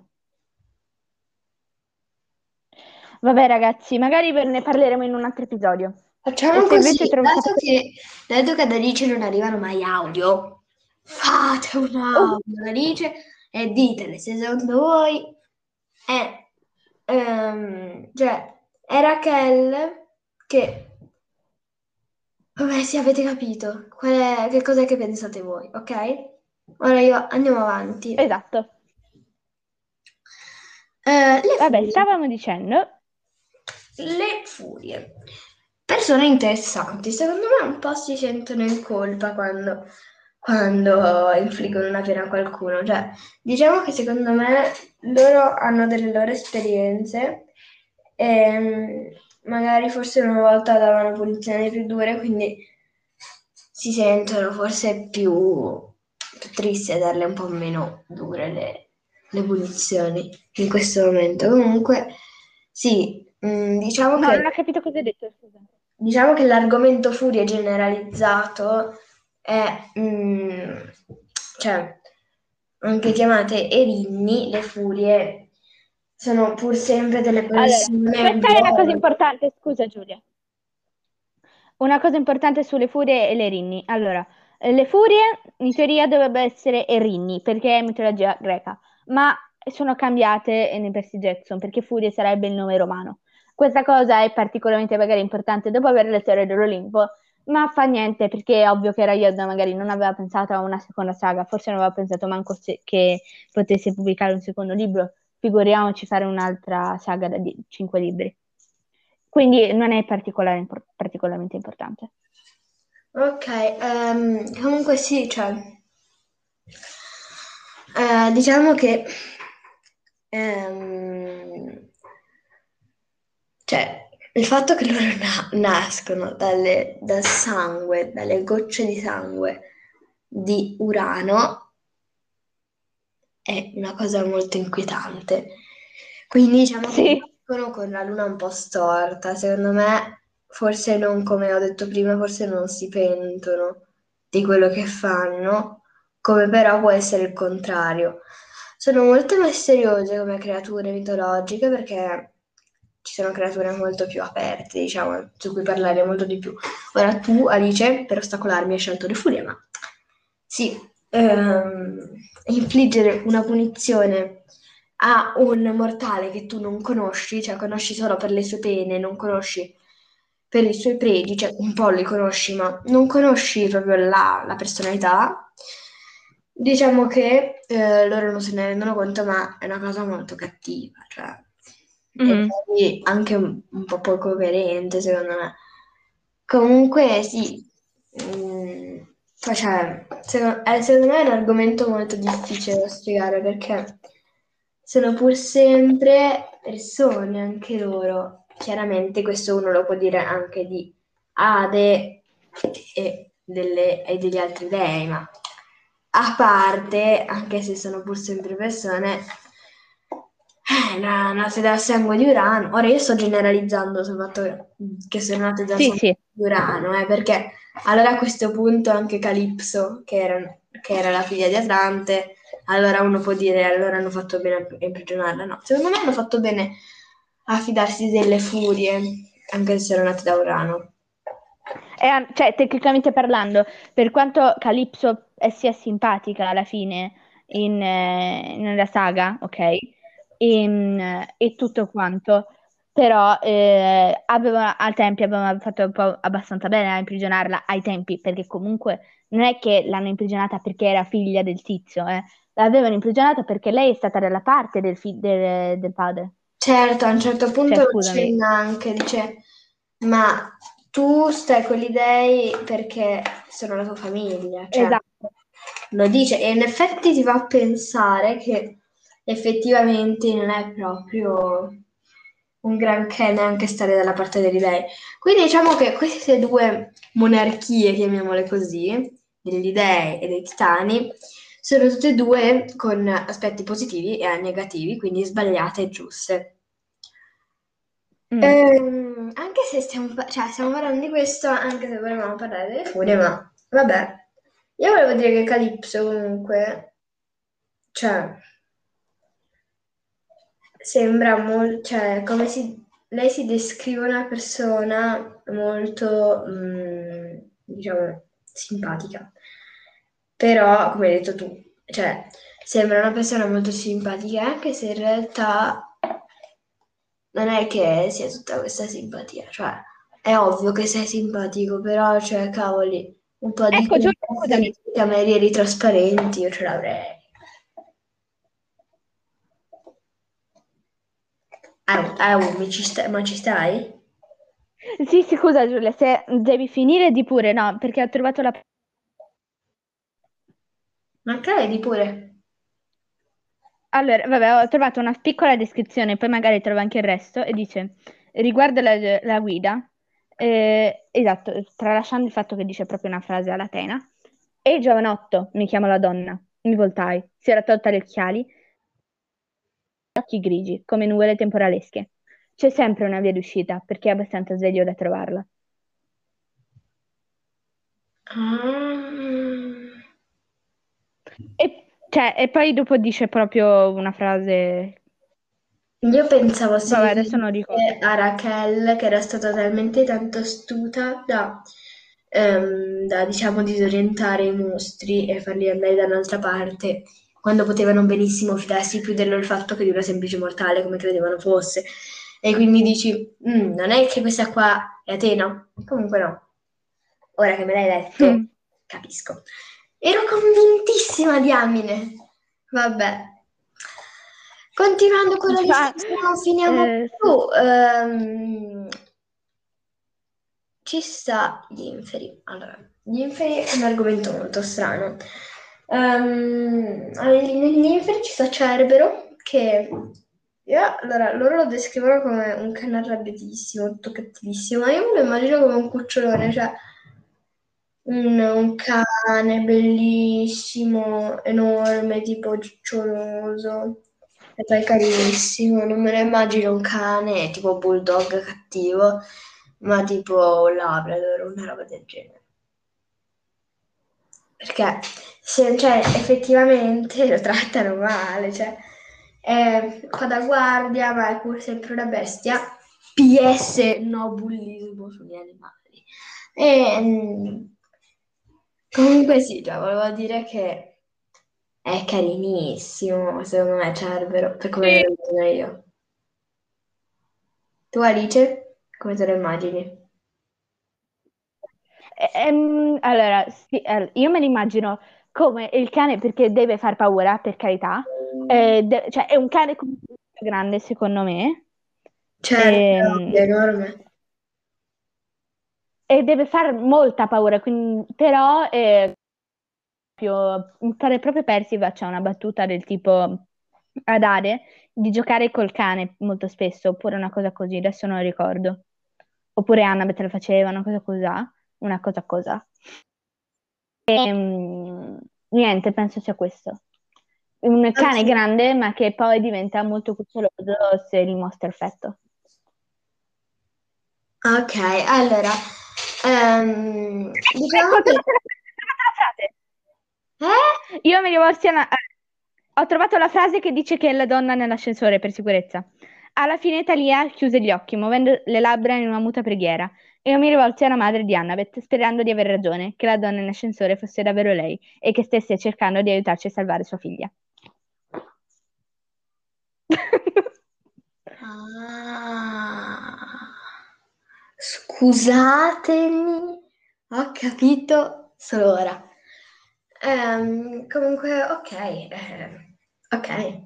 Vabbè, ragazzi, magari ne parleremo in un altro episodio. E Facciamo se così, invece dato sapete... che da Alice non arrivano mai audio, fate un Oh, audio ad Alice e ditele se secondo voi è, cioè, è Raquel che, vabbè, sì, avete capito, che cos'è che pensate voi, ok? Ora andiamo avanti. esatto. Le Vabbè, furie. stavamo dicendo... Le furie. Persone interessanti, secondo me un po' si sentono in colpa quando infliggono una pena a qualcuno. Cioè, diciamo che secondo me loro hanno delle loro esperienze e magari forse una volta davano punizioni più dure, quindi si sentono forse più tristi a darle un po' meno dure le punizioni in questo momento. Comunque, sì, No, non ho capito cosa hai detto, scusa. diciamo che l'argomento furia generalizzato è, cioè, anche chiamate erinni, le furie sono pur sempre delle Allora, persone questa è una cosa buone. importante, scusa Giulia. Una cosa importante sulle furie e le rinni. Allora, le furie in teoria dovrebbero essere erinni perché è mitologia greca, ma sono cambiate nei Percy Jackson perché furie sarebbe il nome romano. Questa cosa è particolarmente magari importante dopo aver letto Re dell'Olimpo, ma fa niente perché è ovvio che Rayod magari non aveva pensato a una seconda saga, forse non aveva pensato manco che potesse pubblicare un secondo libro, figuriamoci fare un'altra saga da 5 libri. Quindi non è particolarmente importante. Ok, comunque sì, cioè, diciamo che ehm, cioè, il fatto che loro nascono dal sangue, dalle gocce di sangue di Urano è una cosa molto inquietante. Quindi diciamo che Sì, nascono con la luna un po' storta. Secondo me, forse non, come ho detto prima, forse non si pentono di quello che fanno, come però può essere il contrario. Sono molto misteriose come creature mitologiche perché ci sono creature molto più aperte, diciamo, su cui parlare molto di più. Ora tu, Alice, per ostacolarmi hai scelto le furie, ma sì, infliggere una punizione a un mortale che tu non conosci, cioè conosci solo per le sue pene, non conosci per i suoi pregi, cioè un po' li conosci, ma non conosci proprio la personalità, diciamo che loro non se ne rendono conto, ma è una cosa molto cattiva, cioè, e mhm. poi anche un po' poco coerente, secondo me. Comunque, sì, cioè, secondo me è un argomento molto difficile da spiegare perché sono pur sempre persone, anche loro. Chiaramente questo uno lo può dire anche di Ade e degli altri dei, ma a parte, anche se sono pur sempre persone, nate dal sangue di Urano. Ora io sto generalizzando sul fatto che sono nate dal Sì, sangue sì. di Urano, perché allora a questo punto anche Calipso, che era la figlia di Atlante, allora uno può dire allora hanno fatto bene a imprigionarla. No, secondo me hanno fatto bene a fidarsi delle furie. anche se erano nati da Urano. Cioè, tecnicamente parlando, per quanto Calypso sia simpatica alla fine nella saga, ok? E tutto quanto, però al tempi avevano fatto un po' abbastanza bene a imprigionarla ai tempi, perché comunque non è che l'hanno imprigionata perché era figlia del tizio, eh. L'avevano imprigionata perché lei è stata dalla parte del padre. Certo, a un certo Cioè, punto lo scusami. accenna anche, dice, ma tu stai con gli dei perché sono la tua famiglia, cioè Esatto. lo dice e in effetti ti fa pensare che effettivamente non è proprio un granché neanche stare dalla parte degli dei. Quindi diciamo che queste due monarchie, chiamiamole così, degli dei e dei titani, sono tutte e due con aspetti positivi e negativi, quindi sbagliate e giuste. Mm. Anche se cioè, stiamo parlando di questo, anche se volevamo parlare delle furie, ma vabbè. Io volevo dire che Calypso comunque, cioè, sembra molto, cioè, lei si descrive una persona molto, diciamo, simpatica. Però, come hai detto tu, cioè, sembra una persona molto simpatica, anche se in realtà non è che sia tutta questa simpatia, cioè è ovvio che sei simpatico, però, cioè, cavoli, un po' di Ecco, Giulia, simpatia scusami. dei camerieri trasparenti, io ce l'avrei. Ma ci stai? Sì, sì, scusa Giulia, se devi finire di pure, no, perché ho trovato la... Ma credi pure? Allora, vabbè, ho trovato una piccola descrizione, poi magari trovo anche il resto, e dice, riguardo la guida, esatto, tralasciando il fatto che dice proprio una frase alla tena, e giovanotto, mi chiamo la donna, mi voltai, si era tolta gli occhiali, occhi grigi, come nuvole temporalesche. C'è sempre una via d'uscita, perché è abbastanza sveglio da trovarla. Ah. E poi dopo dice proprio una frase, Io pensavo si vabbè, adesso non ricordo. riferisse a Raquel, che era stata talmente tanto astuta da, diciamo, disorientare i mostri e farli andare da un'altra parte, quando potevano benissimo fidarsi più dell'olfatto che di una semplice mortale, come credevano fosse. E quindi dici, non è che questa qua è Atena? Comunque no. Ora che me l'hai detto, capisco. Ero convintissima, diamine. Vabbè. Continuando con la Già, discussione, non finiamo sì. più. Ci sta gli inferi. Allora, gli inferi è un argomento molto strano. Negli inferi ci sta Cerbero, che allora, loro lo descrivono come un cane arrabbiatissimo, tutto cattivissimo, ma io me lo immagino come un cucciolone, cioè un cane bellissimo, enorme, tipo ciccioloso, e poi carinissimo. Non me lo immagino un cane tipo bulldog cattivo, ma tipo un Labrador, una roba del genere. Perché cioè, effettivamente lo trattano male, cioè, fa da guardia, ma è pur sempre una bestia. PS, no bullismo sugli animali. E, comunque sì, cioè, volevo dire che è carinissimo, secondo me, Cerbero, per come Sì. lo immagino io. Tu, Alice, come te lo immagini? Allora, sì, io me lo immagino come il cane perché deve far paura, per carità. Cioè, è un cane comunque grande, secondo me. Cerbero, Ehm, è enorme. E, deve far molta paura, però mi pare proprio Percival c'è una battuta del tipo ad Ade di giocare col cane molto spesso, oppure una cosa così, adesso non lo ricordo. Oppure Annabeth lo faceva, una cosa cosa. Niente, penso sia questo. Un cane Ok, grande, ma che poi diventa molto cuccoloso se gli mostra affetto. ok, allora, Ecco, diciamo ho che... trovato la frase. Eh? Io mi rivolgo ho trovato la frase che dice che è la donna nell'ascensore per sicurezza. Alla fine Thalia chiuse gli occhi, muovendo le labbra in una muta preghiera. E io mi rivolsi alla madre di Annabeth, sperando di aver ragione, che la donna in ascensore fosse davvero lei e che stesse cercando di aiutarci a salvare sua figlia. Ah, scusatemi, ho capito solo ora. Comunque, ok, ok.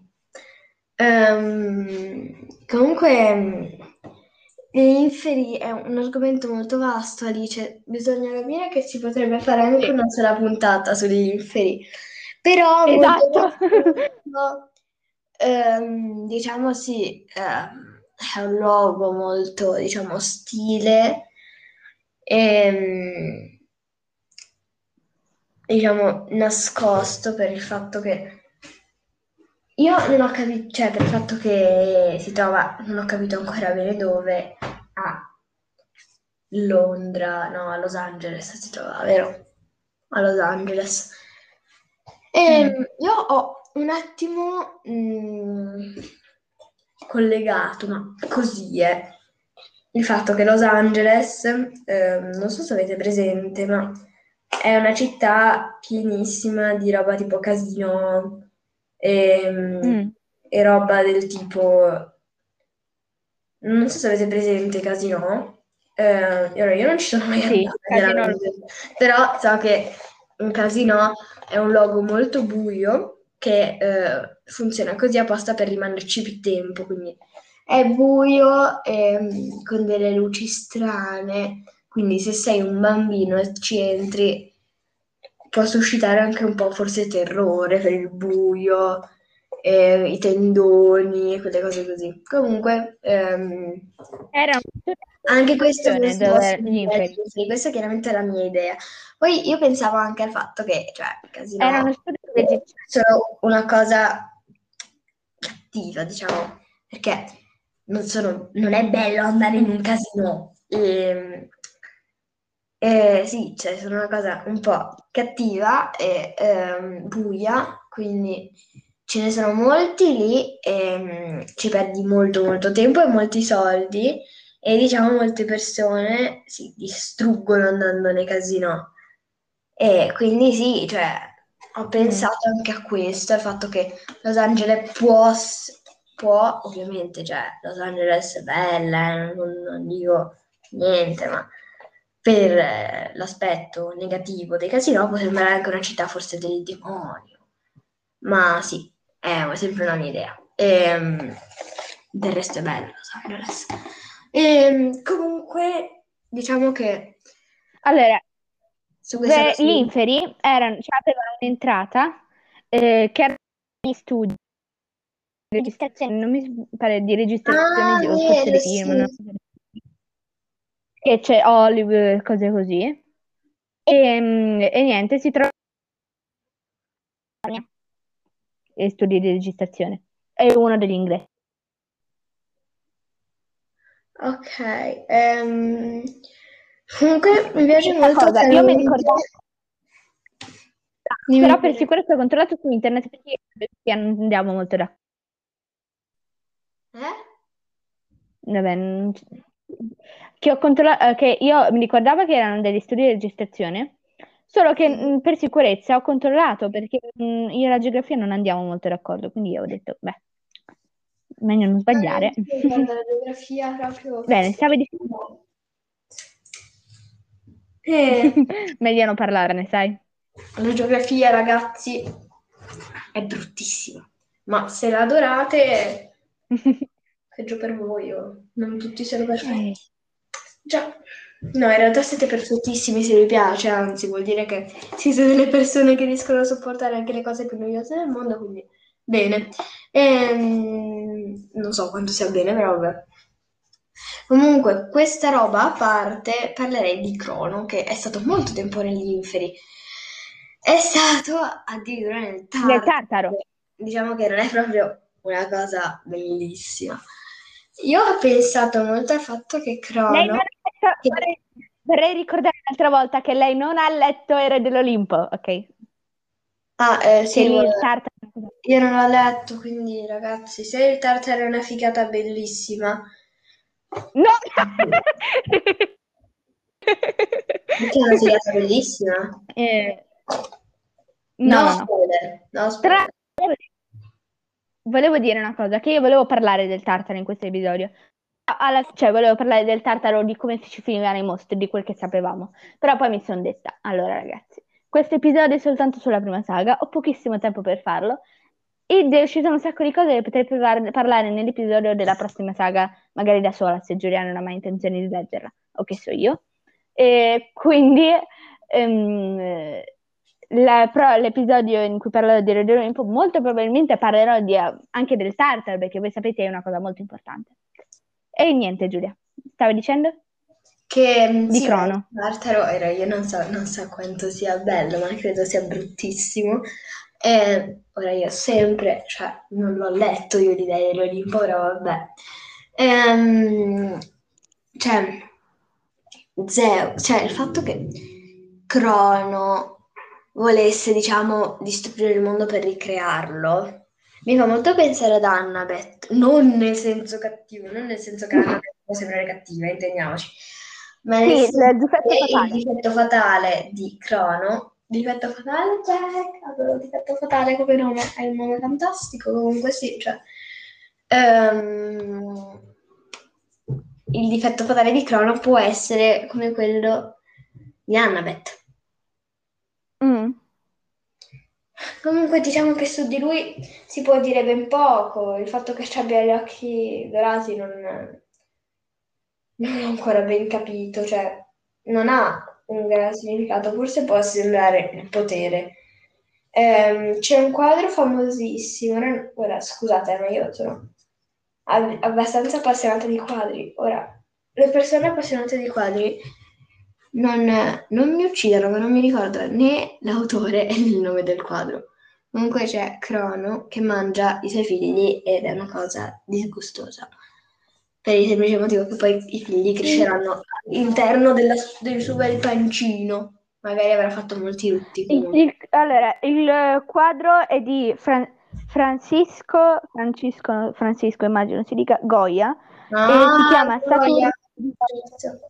Comunque, gli inferi è un argomento molto vasto, Alice. Bisogna capire che si potrebbe fare anche Sì. una sola puntata sugli inferi. Però molto Esatto. vasto, diciamo sì, è un luogo molto, diciamo, ostile. Ehm, diciamo, nascosto per il fatto che io non ho capito, cioè per il fatto che si trova, non ho capito ancora bene dove, a Londra, no, a Los Angeles si trova, vero? A Los Angeles. Mm, Io ho un attimo collegato, ma così è, il fatto che Los Angeles, non so se avete presente, ma è una città pienissima di roba tipo casino mm. e roba del tipo, non so se avete presente Casino, ora io non ci sono mai Sì, andata, casino. chiaramente, però so che un casino è un luogo molto buio che funziona così apposta per rimanerci più tempo, quindi è buio con delle luci strane, quindi se sei un bambino e ci entri può suscitare anche un po' forse terrore per il buio, i tendoni e quelle cose così. Comunque, Era anche questo una forse può dove gli essere, inferi. sì, questa è chiaramente la mia idea. Poi io pensavo anche al fatto che, cioè, il Era uno casino studio è registrato. solo una cosa cattiva, diciamo, perché non è bello andare in un casino. Sì, cioè, sono una cosa un po' cattiva e buia, quindi ce ne sono molti lì e ci perdi molto molto tempo e molti soldi e diciamo molte persone si distruggono andando nei casinò. E quindi sì, cioè, ho Mm. pensato anche a questo, al fatto che Los Angeles può, ovviamente, cioè, Los Angeles è bella, non dico niente, ma per l'aspetto negativo dei casinò può sembrare anche una città forse del demonio. Ma sì, è sempre una mia idea. Del resto è bello Los Angeles. Comunque, diciamo che Allora, su questa cosa... gli inferi cioè, avevano un'entrata che era gli studi di registrazione, non mi pare di registrazione Ah, o forse vero, di film, sì. non so. Che c'è Hollywood, cose così. E niente, si trova e studi di registrazione. È uno degli ingressi. Ok. Comunque mi piace Stessa molto cosa, che io mi veramente... ricordavo, Dimmi però per pure. sicurezza ho controllato su internet perché andiamo molto d'accordo. Eh? Vabbè, che ho controllato, che io mi ricordavo che erano degli studi di registrazione, solo che Sì. per sicurezza ho controllato perché io e la geografia non andiamo molto d'accordo, quindi ho detto, beh, meglio non sbagliare. Io guardo la geografia proprio... Bene, stavi dicendo? No. Eh, Meglio non parlarne, sai? la geografia, ragazzi, è bruttissima. Ma se la adorate, peggio per voi, oh. Non tutti sono Eh, perfetti. Già. No, in realtà siete perfettissimi se vi piace, anzi, vuol dire che siete delle persone che riescono a sopportare anche le cose più noiose del mondo, quindi bene. Non so quanto sia bene, però vabbè. Comunque, questa roba a parte, parlerei di Crono, che è stato molto tempo negli inferi. È stato addirittura nel Nel Tartaro. Tartaro. Diciamo che non è proprio una cosa bellissima. Io ho pensato molto al fatto che Lei non Crono... ha letto, che- vorrei ricordare un'altra volta che lei non ha letto Erede dell'Olimpo, ok? Sì, Che lì il tartaro. io non l'ho letto, quindi ragazzi, se il Tartaro è una figata bellissima, No! perché è una figata bellissima? Eh, No no, no, no. spoiler, no Tra spoiler. Volevo dire una cosa, che io volevo parlare del tartaro in questo episodio. Cioè, volevo parlare del tartaro, di come ci finivano i mostri, di quel che sapevamo. Però poi mi sono detta, allora ragazzi, questo episodio è soltanto sulla prima saga, ho pochissimo tempo per farlo ed ci sono un sacco di cose che potrei parlare nell'episodio della prossima saga, magari da sola, se Giuliano non ha mai intenzione di leggerla, o che so io. E quindi ehm, l'episodio in cui parlerò di Re Olimpo molto probabilmente parlerò anche del Tartar, perché voi sapete è una cosa molto importante. E niente, Giulia, stavi dicendo? Che Di sì, beh, il Crono. Tartaro era, io non so quanto sia bello, ma credo sia bruttissimo. E ora io sempre, cioè, non l'ho letto io di Dei dell'Olimpo, però vabbè. Ehm, cioè, Zeus, cioè il fatto che Crono volesse, diciamo, distruggere il mondo per ricrearlo, mi fa molto pensare ad Annabeth, non nel senso cattivo, non nel senso che Annabeth può sembrare cattiva, intendiamoci, ma Sì, nel senso il difetto che il fatale. difetto fatale di Crono, difetto fatale, Jack, adoro il difetto fatale come nome, è un nome fantastico, comunque sì, cioè, ehm, il difetto fatale di Crono può essere come quello di Annabeth. Mm. Comunque diciamo che su di lui si può dire ben poco, il fatto che abbia gli occhi dorati non ho ancora ben capito, cioè non ha un gran significato, forse può sembrare il potere. C'è un quadro famosissimo, ora scusate, ma io sono abbastanza appassionata di quadri. Ora, le persone appassionate di quadri non mi uccidono, ma non mi ricordo né l'autore né il nome del quadro. Comunque c'è Crono che mangia i suoi figli ed è una cosa disgustosa. Per il semplice motivo che poi i figli cresceranno all'interno del suo bel pancino. Magari avrà fatto molti rutti comunque. Allora, il quadro è di Francisco, immagino si dica Goya, e si Ah, chiama gioia. Saturno. Giusto,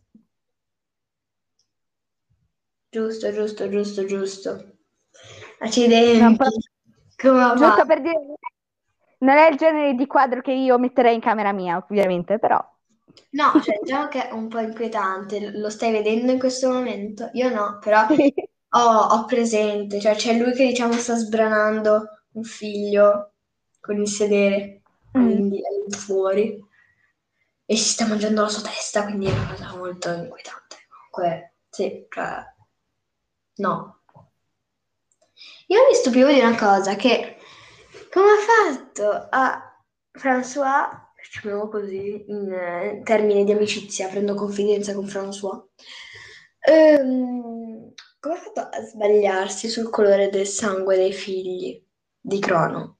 giusto, giusto, giusto, giusto. No, Accidenti. Come ha giusto fatto? per dire, non è il genere di quadro che io metterei in camera mia, ovviamente, però. No, cioè diciamo che è un po' inquietante. Lo stai vedendo in questo momento? Io no, però Sì. ho presente. Cioè c'è lui che diciamo sta sbranando un figlio con il sedere Mm. fuori e si sta mangiando la sua testa, quindi è una cosa molto inquietante. Comunque, sì, cioè, no. Io mi stupivo di una cosa, che come ha fatto a François, chiamiamo così, in termini di amicizia, prendo confidenza con François, come ha fatto a sbagliarsi sul colore del sangue dei figli di Crono?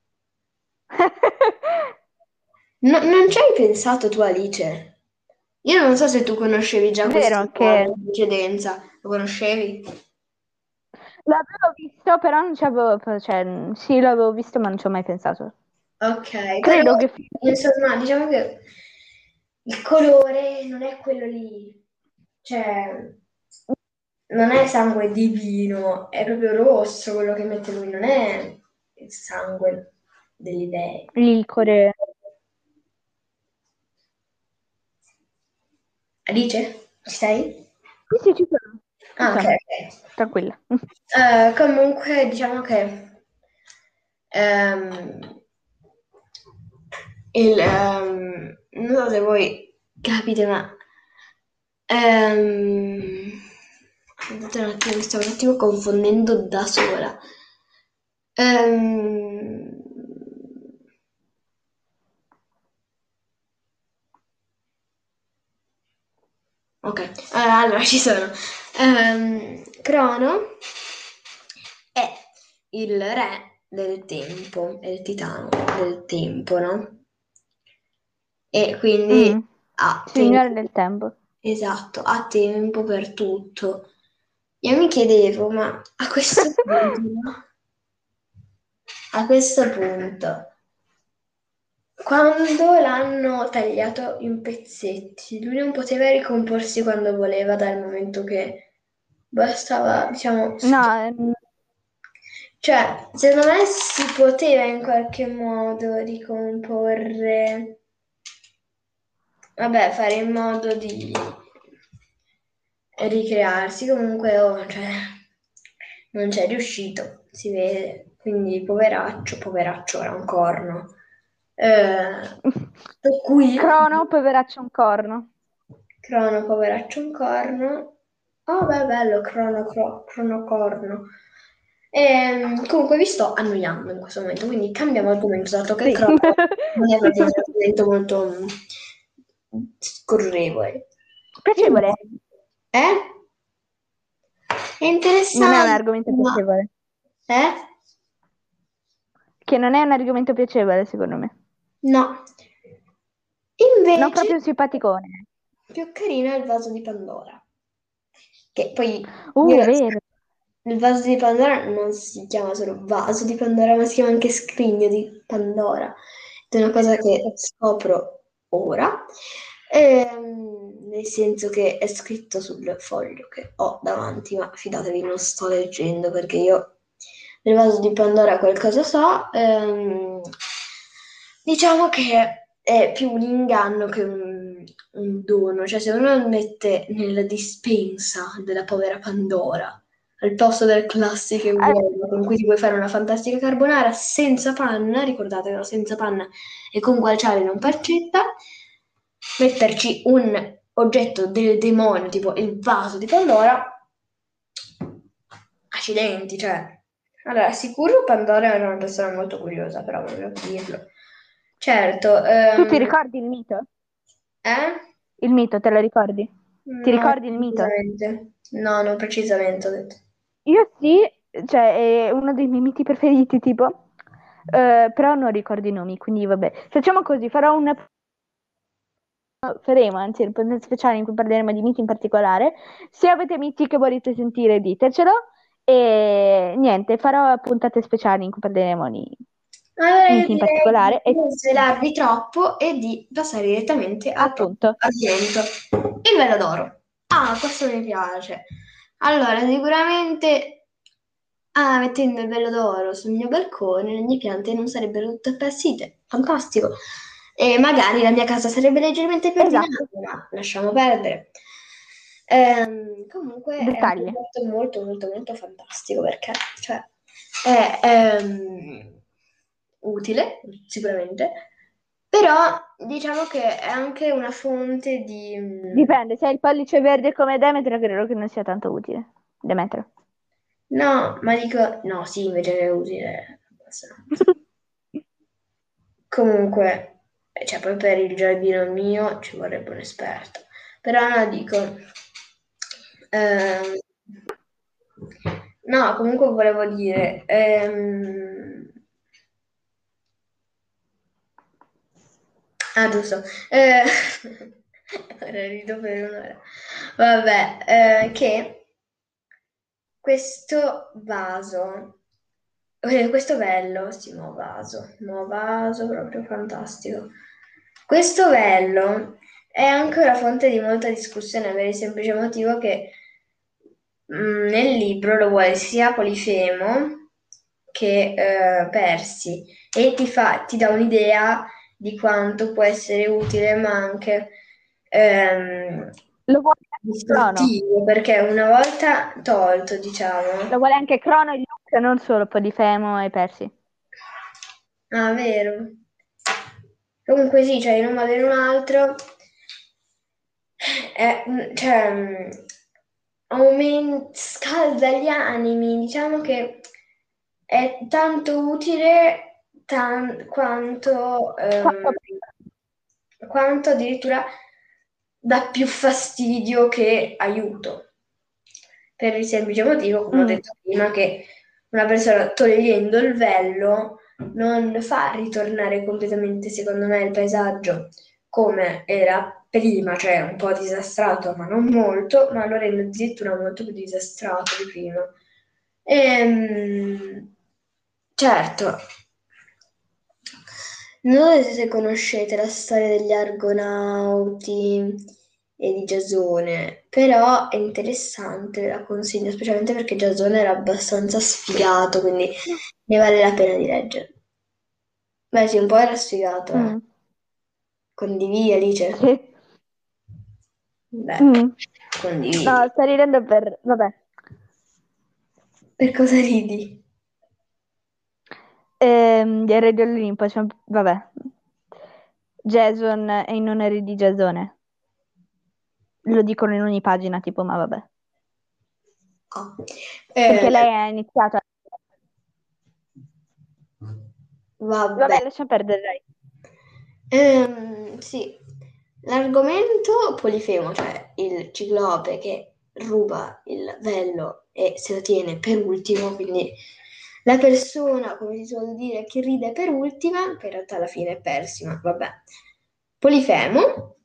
Non ci hai pensato tu, Alice? Io non so se tu conoscevi già questo Vero che uomo in precedenza, lo conoscevi? l'avevo visto, però non ci avevo, cioè, sì, l'avevo visto, ma non ci ho mai pensato. Ok, però Credo che insomma, diciamo che il colore non è quello lì, cioè non è sangue divino, è proprio rosso quello che mette lui, non è il sangue degli dei. il core. Alice, ci sei? Sì, sì, ci sono. Ci Ah, ok, sono. ok. Tranquilla. Comunque, diciamo che ehm, non so se voi capite, ma aspettate un attimo, mi sto un attimo confondendo da sola. Ehm, ok, allora ci sono. Crono è il re del tempo, è il titano del tempo, no? E quindi Mm. ha Signore tempo, del tempo. esatto, ha tempo per tutto. Io mi chiedevo, ma a questo punto, no? a questo punto, quando l'hanno tagliato in pezzetti, lui non poteva ricomporsi quando voleva, dal momento che bastava, diciamo, No, cioè, secondo me si poteva in qualche modo ricomporre, vabbè, fare in modo di ricrearsi, comunque, cioè, non c'è riuscito, si vede, quindi poveraccio, era un corno. Per cui, Crono, poveraccio un corno. Crono, poveraccio, un corno. Oh, beh, bello, cronocorno. Comunque vi sto annoiando in questo momento, quindi cambiamo argomento, dato che Sì. Crono non è proprio un argomento molto scorrevole. Piacevole. Eh? È Non è un interessante, argomento ma... piacevole. Eh? Che non è un argomento piacevole, secondo me. No. Non Invece, proprio simpaticone. più carino è il vaso di Pandora. Che poi io Vero. il vaso di Pandora non si chiama solo vaso di Pandora, ma si chiama anche scrigno di Pandora. Ed è una cosa che scopro ora, nel senso che è scritto sul foglio che ho davanti, ma fidatevi, non sto leggendo perché io del vaso di Pandora qualcosa so. Diciamo che è più un inganno che un dono, cioè se uno lo mette nella dispensa della povera Pandora, al posto del classiche Eh, uovo con cui ti puoi fare una fantastica carbonara senza panna, ricordatevelo, senza panna e con guanciale non pancetta, metterci un oggetto del demonio, tipo il vaso di Pandora, accidenti, cioè. Allora, sicuro Pandora era una persona molto curiosa, però voglio dirlo. Certo, Tu ti ricordi il mito? eh? Il mito, te lo ricordi? Ti No, ricordi il mito? precisamente. No, non precisamente, ho detto. Io sì, cioè è uno dei miei miti preferiti, tipo, però non ricordo i nomi, quindi vabbè. Facciamo così, faremo anzi un punto speciale in cui parleremo di miti in particolare. Se avete miti che volete sentire, ditecelo. E niente, farò puntate speciali in cui parleremo di Allora io miti in direi di particolare. E non svelarvi troppo e di passare direttamente al prossimo appunto, argomento. Il velo d'oro. Ah, questo mi piace. Allora, sicuramente, mettendo il velo d'oro sul mio balcone, le mie piante non sarebbero tutte appassite. Fantastico. E magari la mia casa sarebbe leggermente più ordinata, esatto, ma lasciamo perdere. Comunque è un dettagli. progetto molto, molto, molto fantastico perché, cioè, è utile, sicuramente, però diciamo che è anche una fonte di... Dipende, se hai il pollice verde come Demetrio, credo che non sia tanto utile. Demetrio. No, ma dico... No, sì, invece che è utile. Abbastanza. Comunque, cioè, poi per il giardino mio ci vorrebbe un esperto. Però no, dico... ehm, no, comunque volevo dire... ah, giusto. Eh, ora rido per un'ora. Vabbè, che questo vaso, questo bello, sì, nuovo vaso, proprio fantastico. Questo vello è anche una fonte di molta discussione per il semplice motivo che nel libro lo vuole sia Polifemo che Persi e ti dà un'idea di quanto può essere utile, ma anche ehm, Lo vuole anche Crono. distruttivo, perché una volta tolto, Lo diciamo, vuole anche Crono e Luke, non solo Polifemo e Persi. ah, vero. Comunque sì, cioè in un modo o in un altro, cioè, scalda gli animi, diciamo che è tanto utile Quanto quanto addirittura dà più fastidio che aiuto. Per il semplice motivo, come ho Mm, detto prima, che una persona togliendo il vello non fa ritornare completamente, secondo me, il paesaggio come era prima, cioè un po' disastrato, ma non molto, ma lo rende addirittura molto più disastrato di prima. Certo, Non so se conoscete la storia degli Argonauti e di Giasone, però è interessante, ve la consiglio, specialmente perché Giasone era abbastanza sfigato, quindi ne vale la pena di leggere. Beh, sì, un po' era sfigato, eh. Mm, Condividi, Alice? sì. Beh, Mm. condividi. No, sto ridendo per... Vabbè. Per cosa ridi? Gli eredi dell'Olimpo, vabbè. Jason e i non eri di Jasone. Lo dicono in ogni pagina, tipo, ma vabbè. Ah. Perché Eh, lei ha iniziato a... vabbè. Vabbè, lascia perdere, dai. Sì, l'argomento Polifemo, cioè il ciclope che ruba il vello e se lo tiene per ultimo, quindi la persona, come si suol dire, che ride per ultima, che in realtà alla fine è persima, vabbè. Polifemo,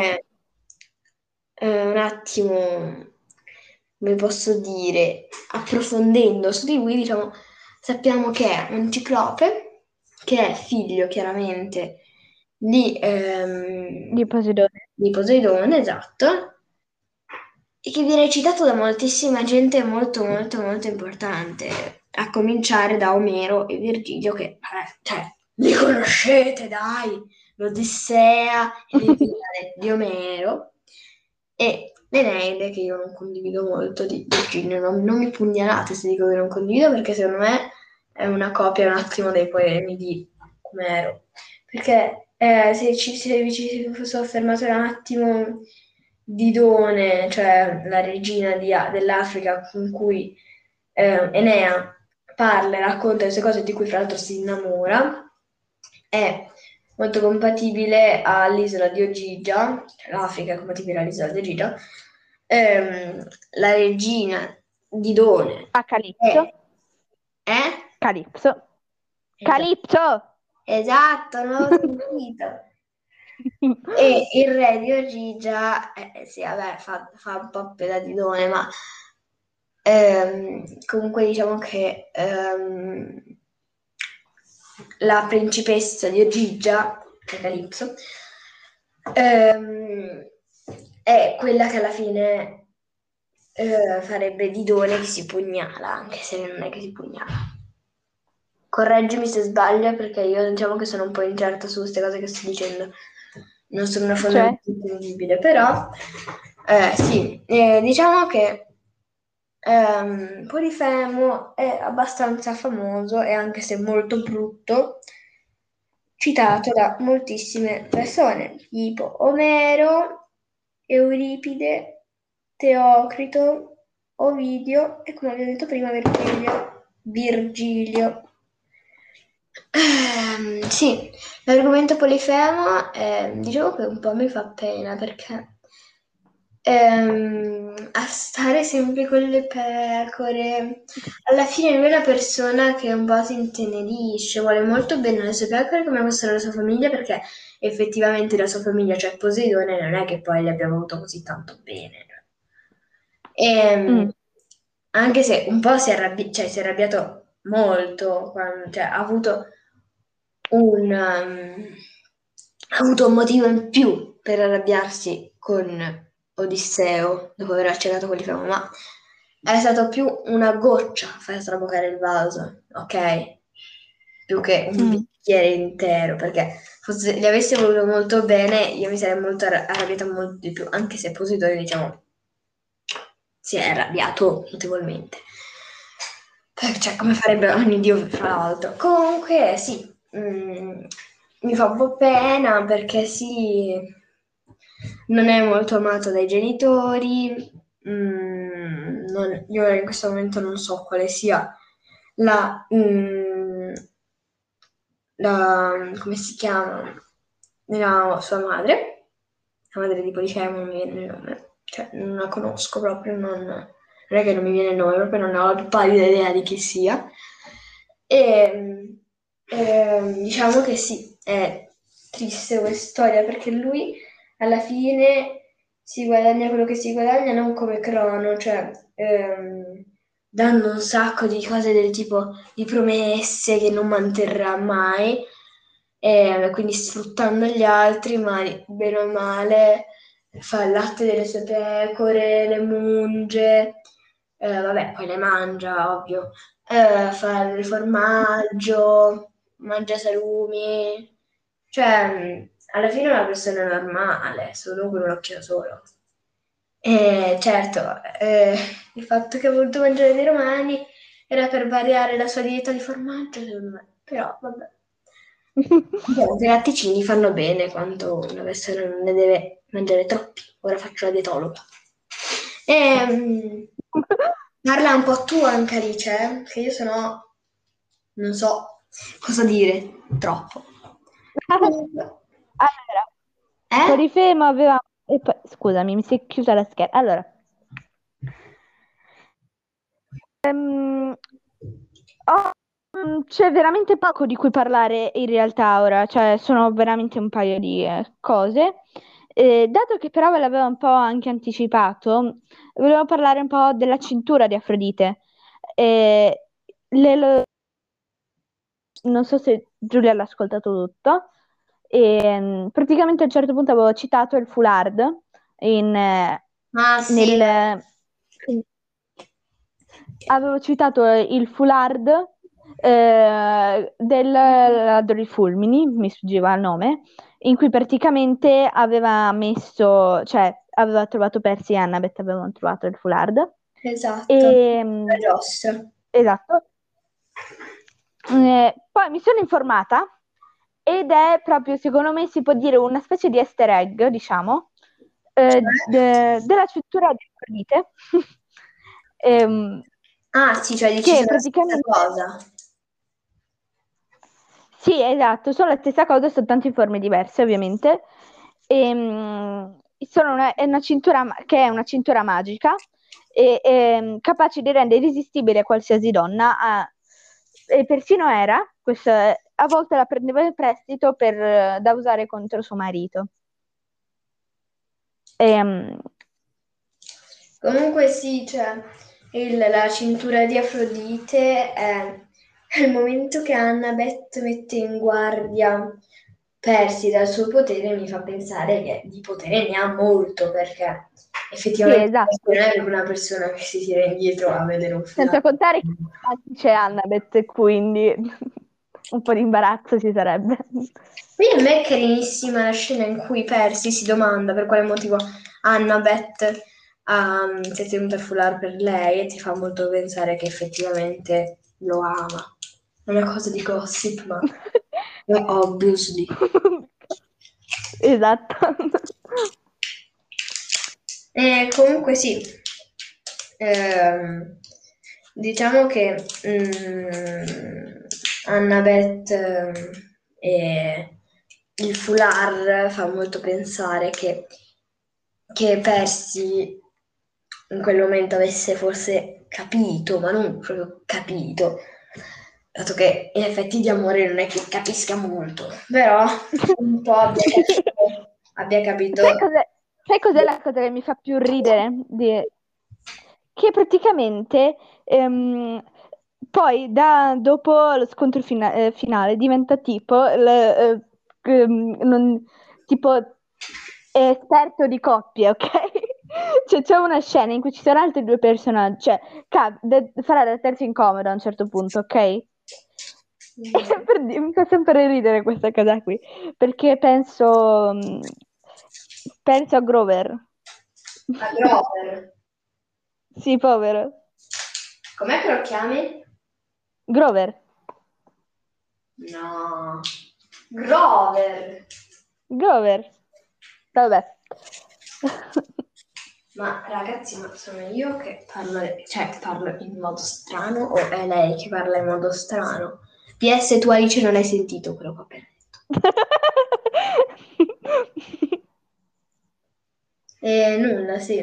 un attimo, come posso dire, approfondendo su di lui, diciamo, sappiamo che è un ciclope, che è figlio chiaramente di, Di Poseidone. di Poseidone, esatto, e che viene citato da moltissima gente molto, molto, molto importante, a cominciare da Omero e Virgilio, che, cioè, li conoscete, dai, l'Odissea, l'Iliade di Omero, e l'Eneide, che io non condivido molto, di Virgilio. Non mi pugnalate se dico che non condivido, perché secondo me è una copia un attimo dei poemi di Omero. Perché se ci si soffermato un attimo Didone, cioè la regina dell'Africa con cui Enea parla e racconta queste cose di cui fra l'altro si innamora, è molto compatibile all'isola di Ogygia, cioè l'Africa è compatibile all'isola di Ogygia. La regina Didone A Calipso. è, è Calipso. esatto, Calipso! esatto, non ho sentito. E il re di Ogygia, sì, vabbè, fa un po' pedadidone, ma comunque diciamo che la principessa di Ogygia, che è Calipso, ehm, è quella che alla fine farebbe Didone che si pugnala, anche se non è che si pugnala. Correggimi se sbaglio perché io diciamo che sono un po' incerta su queste cose che sto dicendo. Non sono una Cioè, fondamentale intendibile, però sì, diciamo che Polifemo è abbastanza famoso e anche se molto brutto, citato da moltissime persone, tipo Omero, Euripide, Teocrito, Ovidio e come abbiamo detto prima Virgilio. Sì, l'argomento Polifemo diciamo che un po' mi fa pena perché a stare sempre con le pecore, alla fine lui è una persona che un po' si intenerisce, vuole molto bene alle sue pecore come fossero la sua famiglia perché effettivamente la sua famiglia, cioè Poseidone, non è che poi li abbia voluto così tanto bene. mm, Anche se un po' cioè, si è arrabbiato molto, cioè, ha avuto un motivo in più per arrabbiarsi con Odisseo dopo aver accecato Polifemo, ma è stato più una goccia a far traboccare il vaso, ok? Più che un mm, bicchiere intero, perché se gli avessi voluto molto bene, io mi sarei molto arrabbiata molto di più, anche se Poseidone, diciamo, si è arrabbiato notevolmente. Cioè, come farebbe ogni dio fra l'altro. Comunque, sì, mi fa un po' pena perché sì, non è molto amato dai genitori. Io in questo momento non so quale sia la, come si chiama, la sua madre, la madre di Polifemo, non mi viene il nome, cioè non la conosco proprio, non è che non mi viene il nome, proprio non ho la più pallida idea di chi sia. E diciamo che sì, è triste questa storia perché lui alla fine si guadagna quello che si guadagna non come Crono, cioè dando un sacco di cose del tipo di promesse che non manterrà mai, e quindi sfruttando gli altri, ma bene o male fa il latte delle sue pecore, le munge, vabbè, poi le mangia, ovvio, fa il formaggio, mangia salumi, cioè alla fine è una persona normale, solo con un occhio solo. E certo, il fatto che ha voluto mangiare dei romani era per variare la sua dieta di formaggio, secondo me, però vabbè. I latticini fanno bene quando una persona non ne deve mangiare troppi. Ora faccio la dietologa. Parla un po' tu anche Alice, che io sennò non so cosa dire troppo. Allora, Eh? Corifemo aveva... scusami, mi si è chiusa la scherma. Allora, ehm, c'è veramente poco di cui parlare in realtà ora, cioè sono veramente un paio di cose. Dato che però ve l'avevo un po' anche anticipato, volevo parlare un po' della cintura di Afrodite. Eh, le- non so se Giulia l'ha ascoltato tutto. Praticamente a un certo punto avevo citato il foulard in, Ah sì, nel, avevo citato il foulard del Dori Fulmini, mi sfuggiva il nome, in cui praticamente aveva messo, cioè aveva trovato Percy e Annabeth, avevano trovato il foulard. esatto, E, la giostra. esatto. Poi mi sono informata ed è proprio, secondo me, si può dire una specie di easter egg, diciamo, Cioè? della cintura di Afrodite, ehm, Ah sì, cioè dici che sono la stessa praticamente, cosa. sì, esatto, sono la stessa cosa, soltanto in forme diverse, ovviamente. È una cintura che è una cintura magica e capace di rendere irresistibile qualsiasi donna. E persino era, a volte la prendeva in prestito da usare contro suo marito. Ehm, Comunque sì, cioè la cintura di Afrodite è il momento che Annabeth mette in guardia Percy dal suo potere, mi fa pensare che di potere ne ha molto, perché sì, effettivamente esatto. non è una persona che si tira indietro a vedere un Senza film. contare che c'è Annabeth, e quindi un po' di imbarazzo ci sarebbe. Qui a me è carinissima la scena in cui Percy si domanda per quale motivo Annabeth si è tenuta a foulard per lei e ti fa molto pensare che effettivamente lo ama. È una cosa di gossip, ma obviously. Esatto. E comunque sì, Ehm, diciamo che Annabeth e il foulard fa molto pensare che Percy in quel momento avesse forse capito, ma non proprio capito, dato che in effetti di amore non è che capisca molto, però un po' abbia Sai capito. cos'è la cosa che mi fa più ridere? Che praticamente poi dopo lo scontro finale diventa tipo, tipo esperto di coppie, ok? Cioè, c'è una scena in cui ci sono altri due personaggi, cioè farà da terzo incomodo a un certo punto, ok? E mi fa sempre ridere questa cosa qui, perché penso a Grover. A Grover. Sì, povero. Com'è che lo chiami? Grover. No. Grover. Grover. Vabbè. Ma ragazzi, ma sono io che parlo, cioè che parlo in modo strano o è lei che parla in modo strano? PS, tu Alice non hai sentito quello che ho appena detto. E nulla, sì.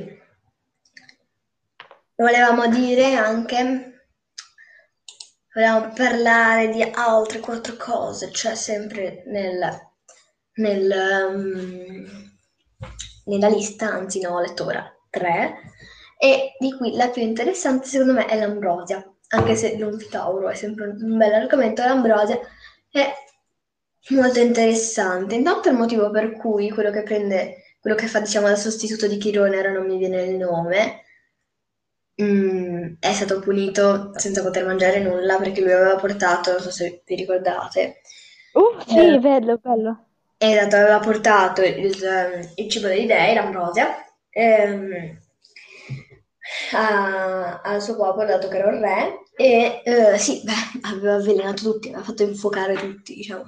Volevamo dire anche, volevamo parlare di altre quattro cose, cioè sempre nel, nella lista, anzi no, ho letto ora tre, e di cui la più interessante secondo me è l'ambrosia, anche se l'onfitauro è sempre un bel argomento, l'ambrosia è molto interessante. Intanto il motivo per cui quello che fa, diciamo, il sostituto di Chirone, ora non mi viene il nome, è stato punito senza poter mangiare nulla perché lui aveva portato, non so se vi ricordate, Sì, bello, bello. esatto, aveva portato il cibo degli dei, l'ambrosia, al suo popolo, dato che era un re, e sì, beh, aveva avvelenato tutti, aveva fatto infuocare tutti, diciamo.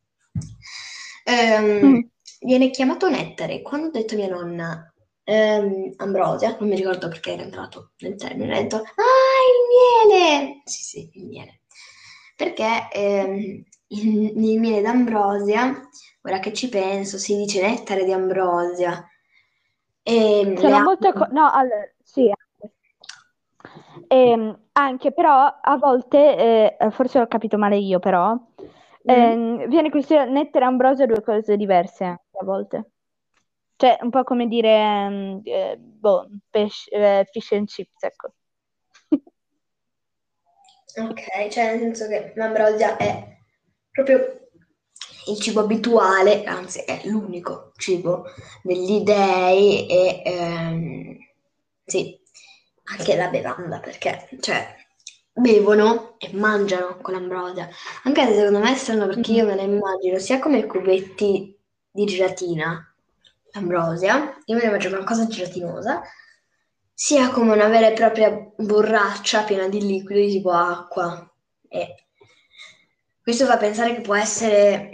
Ehm, Mm. Viene chiamato Nettare. Quando ho detto a mia nonna Ambrosia, non mi ricordo perché era entrato nel termine, ho detto, ah, il miele! Sì, sì, il miele. Perché il miele d'Ambrosia, ora che ci penso, si dice nettare di Ambrosia. E le Sono molto... acque. No, allora, sì. Anche però a volte, forse l'ho capito male io però, Mm? viene considerato nettare e ambrosia due cose diverse anche a volte. Cioè, un po' come dire, boh, fish and chips, ecco. Ok, cioè nel senso che l'ambrosia è proprio il cibo abituale, anzi è l'unico cibo degli dei e sì, anche la bevanda perché cioè bevono e mangiano con l'ambrosia. Anche se secondo me è strano perché Mm. io me la immagino sia come cubetti di gelatina, l'ambrosia, io me ne mangio una cosa gelatinosa, sia come una vera e propria borraccia piena di liquido di tipo acqua. E questo fa pensare che può essere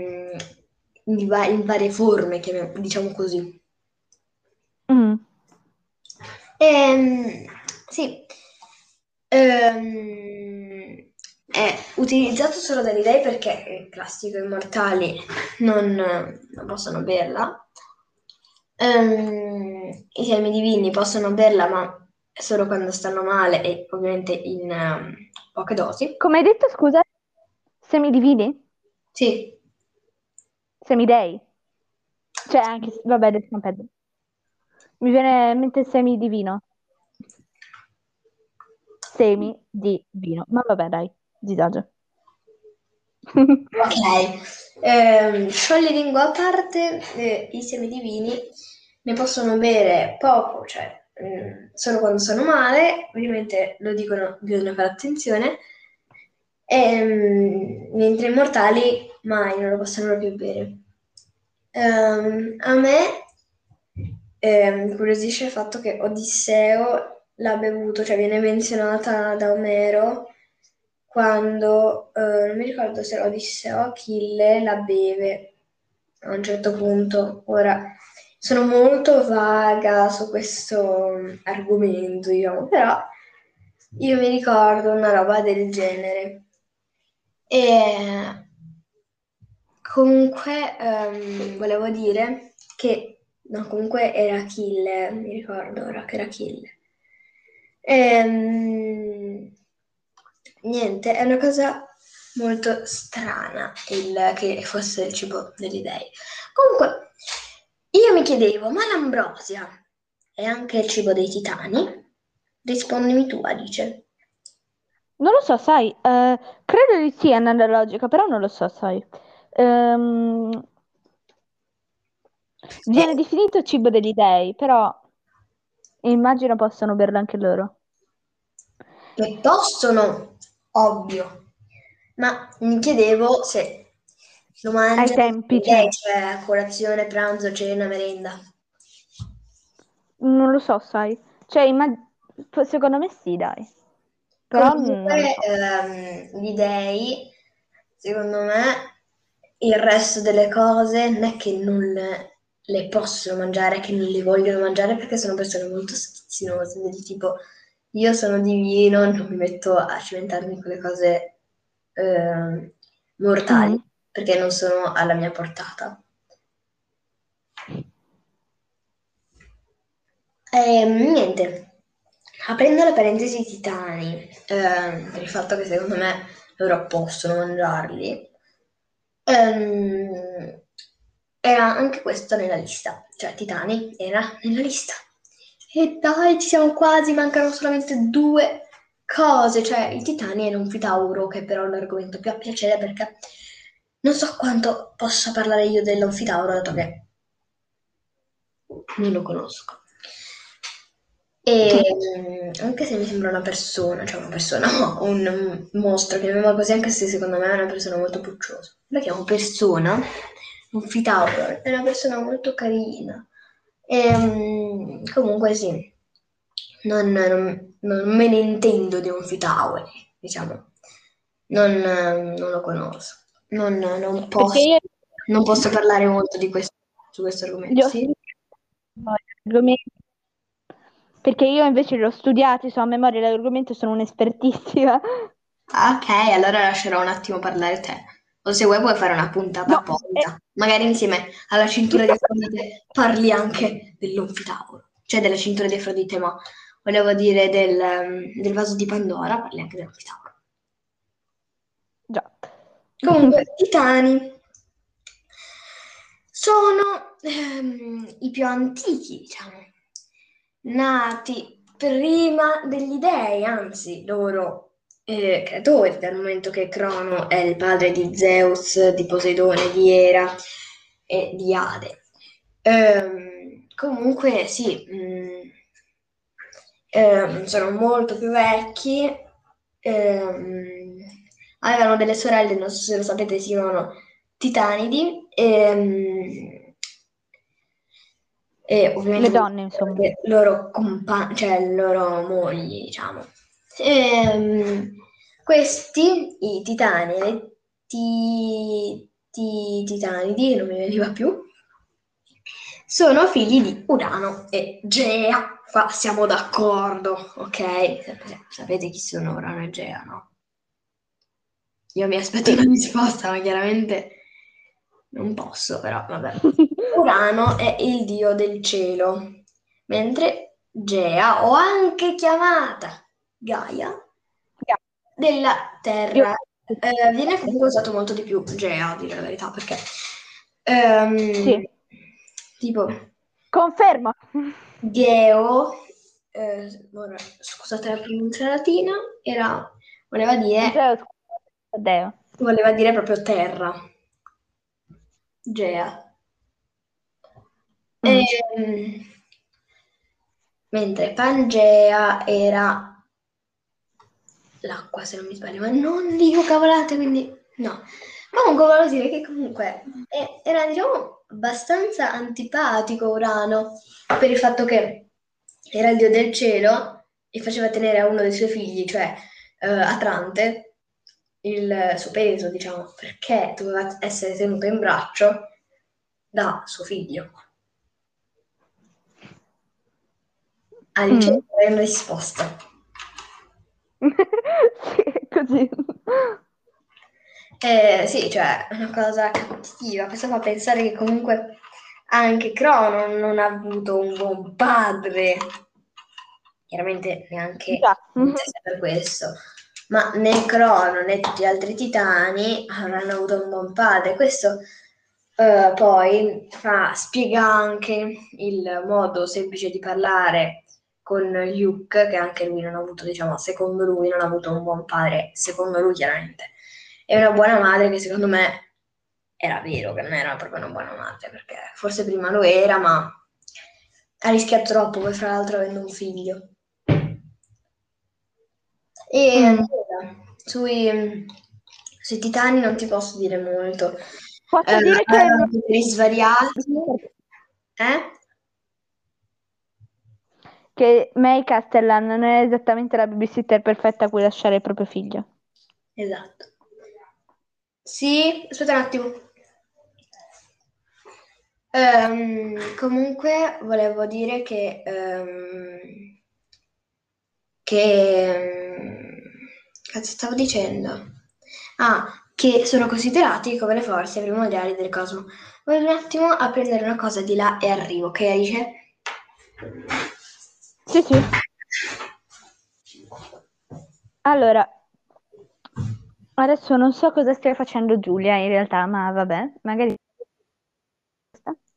in varie forme, diciamo così. Mm. Ehm, sì, è utilizzato solo dagli dei perché è classico, i mortali non possono berla. I semi divini possono berla, ma solo quando stanno male e ovviamente in poche dosi. Come hai detto, scusa? Semidivini? Sì, Semidei? Cioè, anche, vabbè, adesso non penso. Mi viene in mente semidivino. Semi di vino. Ma vabbè, dai, disagio. ok. Scioglilingua a parte, i semi divini ne possono bere poco, cioè solo quando sono male, ovviamente lo dicono, bisogna fare attenzione, mentre i mortali mai non lo possono proprio bere. A me incuriosisce il fatto che Odisseo l'ha bevuto, cioè viene menzionata da Omero quando, non mi ricordo se era Odisseo o Achille la beve a un certo punto. Ora, sono molto vaga su questo argomento, diciamo, però io mi ricordo una roba del genere. E comunque volevo dire che, no, comunque era Achille, mi ricordo ora che era Achille. Ehm, Niente, è una cosa molto strana il che fosse il cibo degli dei. Comunque, io mi chiedevo, ma l'ambrosia è anche il cibo dei titani? Rispondimi tu, Alice. Non lo so, sai, credo di sì, nella logica, però non lo so, sai. Ehm, Eh, Viene definito cibo degli dei, però immagino possano berlo anche loro. che possono, ovvio, ma mi chiedevo se lo Ai mangiano tempi, lei, cioè, cioè a colazione, pranzo, cena, merenda. non lo so, sai. Cioè, secondo me sì, dai. Però non lo Comunque, so. gli dei, secondo me, il resto delle cose non è che non le possono mangiare, che non le vogliono mangiare, perché sono persone molto schizzose, del tipo, io sono divino, non mi metto a cimentarmi con le cose mortali, Mm. perché non sono alla mia portata. Niente, aprendo la parentesi titani, per il fatto che secondo me loro possono mangiarli, ehm, era anche questo nella lista, cioè titani era nella lista. E dai, ci siamo quasi, mancano solamente due cose, cioè il titani era un fitauro, che però è l'argomento più a piacere perché Non so quanto possa parlare io dell'Onfitauro, dato che non lo conosco. E anche se mi sembra una persona, cioè una persona, no, un mostro, chiamiamola così, anche se secondo me è una persona molto pucciosa. La chiamo persona, un Fitauro, è una persona molto carina. Comunque sì, non me ne intendo di un Fitauro, diciamo. Non lo conosco. Perché io Non posso parlare molto di questo, su questo li argomento, ho sì? studiati, argomenti, perché io invece li ho studiati, so a memoria l'argomento, sono un'espertissima. Ah, ok, allora lascerò un attimo parlare te. O se vuoi puoi fare una puntata No, apposita. Magari insieme alla cintura di Afrodite parli anche dell'Onfitauro. Cioè della cintura di Afrodite, ma volevo dire del vaso di Pandora, parli anche dell'Onfitauro. già. Comunque, i Titani sono i più antichi, diciamo, nati prima degli dei, anzi, loro creatori, dal momento che Crono è il padre di Zeus, di Poseidone, di Era e di Ade. Comunque, sì, sono molto più vecchi, ehm, avevano delle sorelle, non so se lo sapete, si chiamano Titanidi, e Le ovviamente donne, insomma. le loro cioè le loro mogli, diciamo. Ehm, questi, i titani, titanidi, non mi veniva più, sono figli di Urano e Gea. Qua siamo d'accordo, ok? Sapete chi sono Urano e Gea, no? Io mi aspetto una Sì. risposta, ma chiaramente non posso, però vabbè. Urano è il dio del cielo, mentre Gea, o anche chiamata Gaia, della Io... terra. Viene comunque usato molto di più Gea, a dire la verità, perché ehm, Sì, tipo confermo. Geo, ora, scusate la pronuncia latina, voleva dire, Zeus, Deo. voleva dire proprio terra, Gea. Mm. Ehm, mentre Pangea era l'acqua, se non mi sbaglio, ma non dico cavolate, quindi no. Comunque volevo dire che comunque era, diciamo, abbastanza antipatico Urano per il fatto che era il dio del cielo e faceva tenere a uno dei suoi figli, cioè Atlante, il suo peso, diciamo, perché doveva essere tenuto in braccio da suo figlio. Alice, Mm. hai una risposta. Sì, così. Sì, cioè, è una cosa cattiva. Questo fa pensare che comunque anche Crono non ha avuto un buon padre. Chiaramente neanche Già. sia per questo. Ma né Crono né tutti gli altri titani avranno avuto un buon padre. Questo poi spiega anche il modo semplice di parlare con Luke, che anche lui non ha avuto, diciamo, secondo lui non ha avuto un buon padre, secondo lui chiaramente. E una buona madre che secondo me era vero che non era proprio una buona madre, perché forse prima lo era, ma ha rischiato troppo, poi fra l'altro avendo un figlio. E Mm. nulla, sui titani non ti posso dire molto. Posso dire che non... Avevano poteri svariati. Eh? che May Castellan non è esattamente la babysitter perfetta a cui lasciare il proprio figlio. Esatto. Sì, aspetta un attimo. Comunque volevo dire che cazzo stavo dicendo? Ah, che sono considerati come le forze primordiali del cosmo. Vado un attimo a prendere una cosa di là e arrivo, ok Alice? Sì, sì. Allora, adesso non so cosa stia facendo Giulia in realtà, ma vabbè, magari...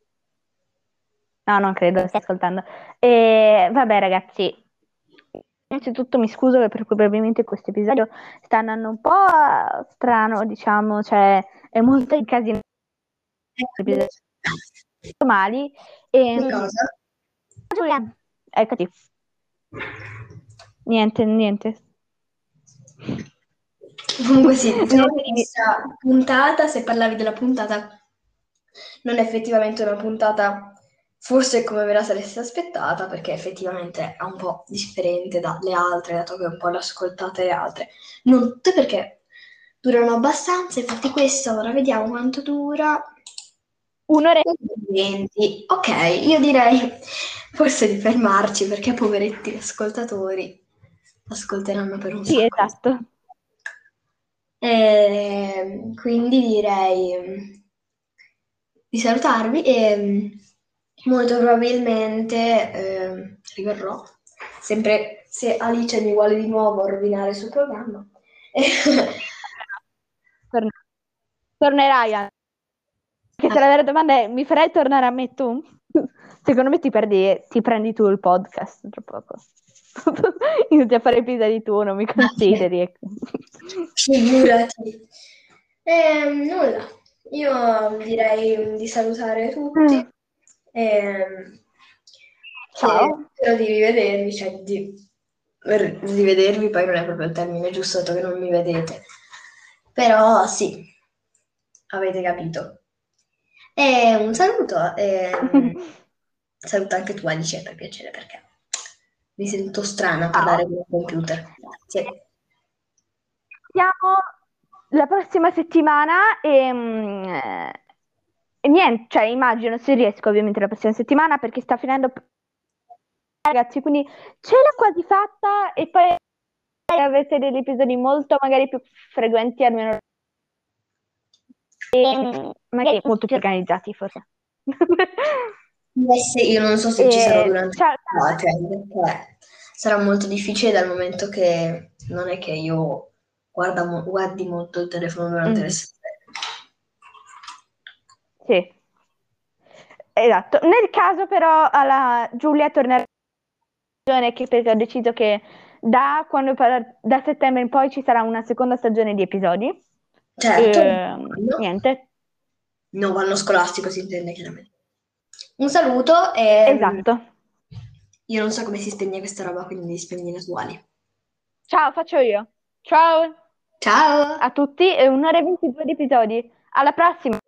No, non credo, stia ascoltando. E vabbè, ragazzi, Innanzitutto mi scuso perché probabilmente questo episodio sta andando un po' strano, diciamo, cioè è molto incasinato, episodi mali. Che E... cosa? Giulia, eccoti. Niente. Comunque sì, diciamo Niente che di... questa puntata, se parlavi della puntata, non è effettivamente una puntata forse come ve la sareste aspettata, perché effettivamente è un po' differente dalle altre, dato che un po' le ascoltate le altre. Non tutte perché durano abbastanza, infatti questa ora vediamo quanto dura. Un'ora 20. Ok, io direi forse di fermarci perché poveretti ascoltatori ascolteranno per un sì, sacco di esatto. quindi direi di salutarvi e molto probabilmente riverrò, sempre se Alice mi vuole di nuovo rovinare il suo programma. Torn- Tornerai anche. Se la vera domanda è, mi farai tornare a me tu? Secondo me ti prendi tu il podcast tra poco. Inizi a fare episodi tu, non mi consideri. Ecco. Figurati. Nulla, io direi di salutare tutti. Mm. Ehm, che Ciao. spero di rivedervi, cioè di rivedervi, poi non è proprio il termine giusto, dato che non mi vedete. Però sì, avete capito. E un saluto, saluta anche tu Alice per piacere, perché mi sento strana a parlare Ciao. con il computer. Grazie. Siamo la prossima settimana e niente, cioè immagino se riesco ovviamente la prossima settimana perché sta finendo ragazzi, quindi ce l'ho quasi fatta e poi avete degli episodi molto magari più frequenti almeno e magari molto più organizzati forse. Io non so se ci sarò durante Ciao, la cioè, perché sarà molto difficile dal momento che non è che io guardi molto il telefono durante le mm, sedute. sì, esatto. Nel caso però alla Giulia tornerà che perché ho deciso che da settembre in poi ci sarà una seconda stagione di episodi. Certo, Niente, nuovo anno scolastico si intende chiaramente. Un saluto e esatto. io non so come si spegne questa roba, quindi spegnila su Ali. Ciao, faccio io. Ciao Ciao! a tutti e un'ora e 22 di episodi. Alla prossima!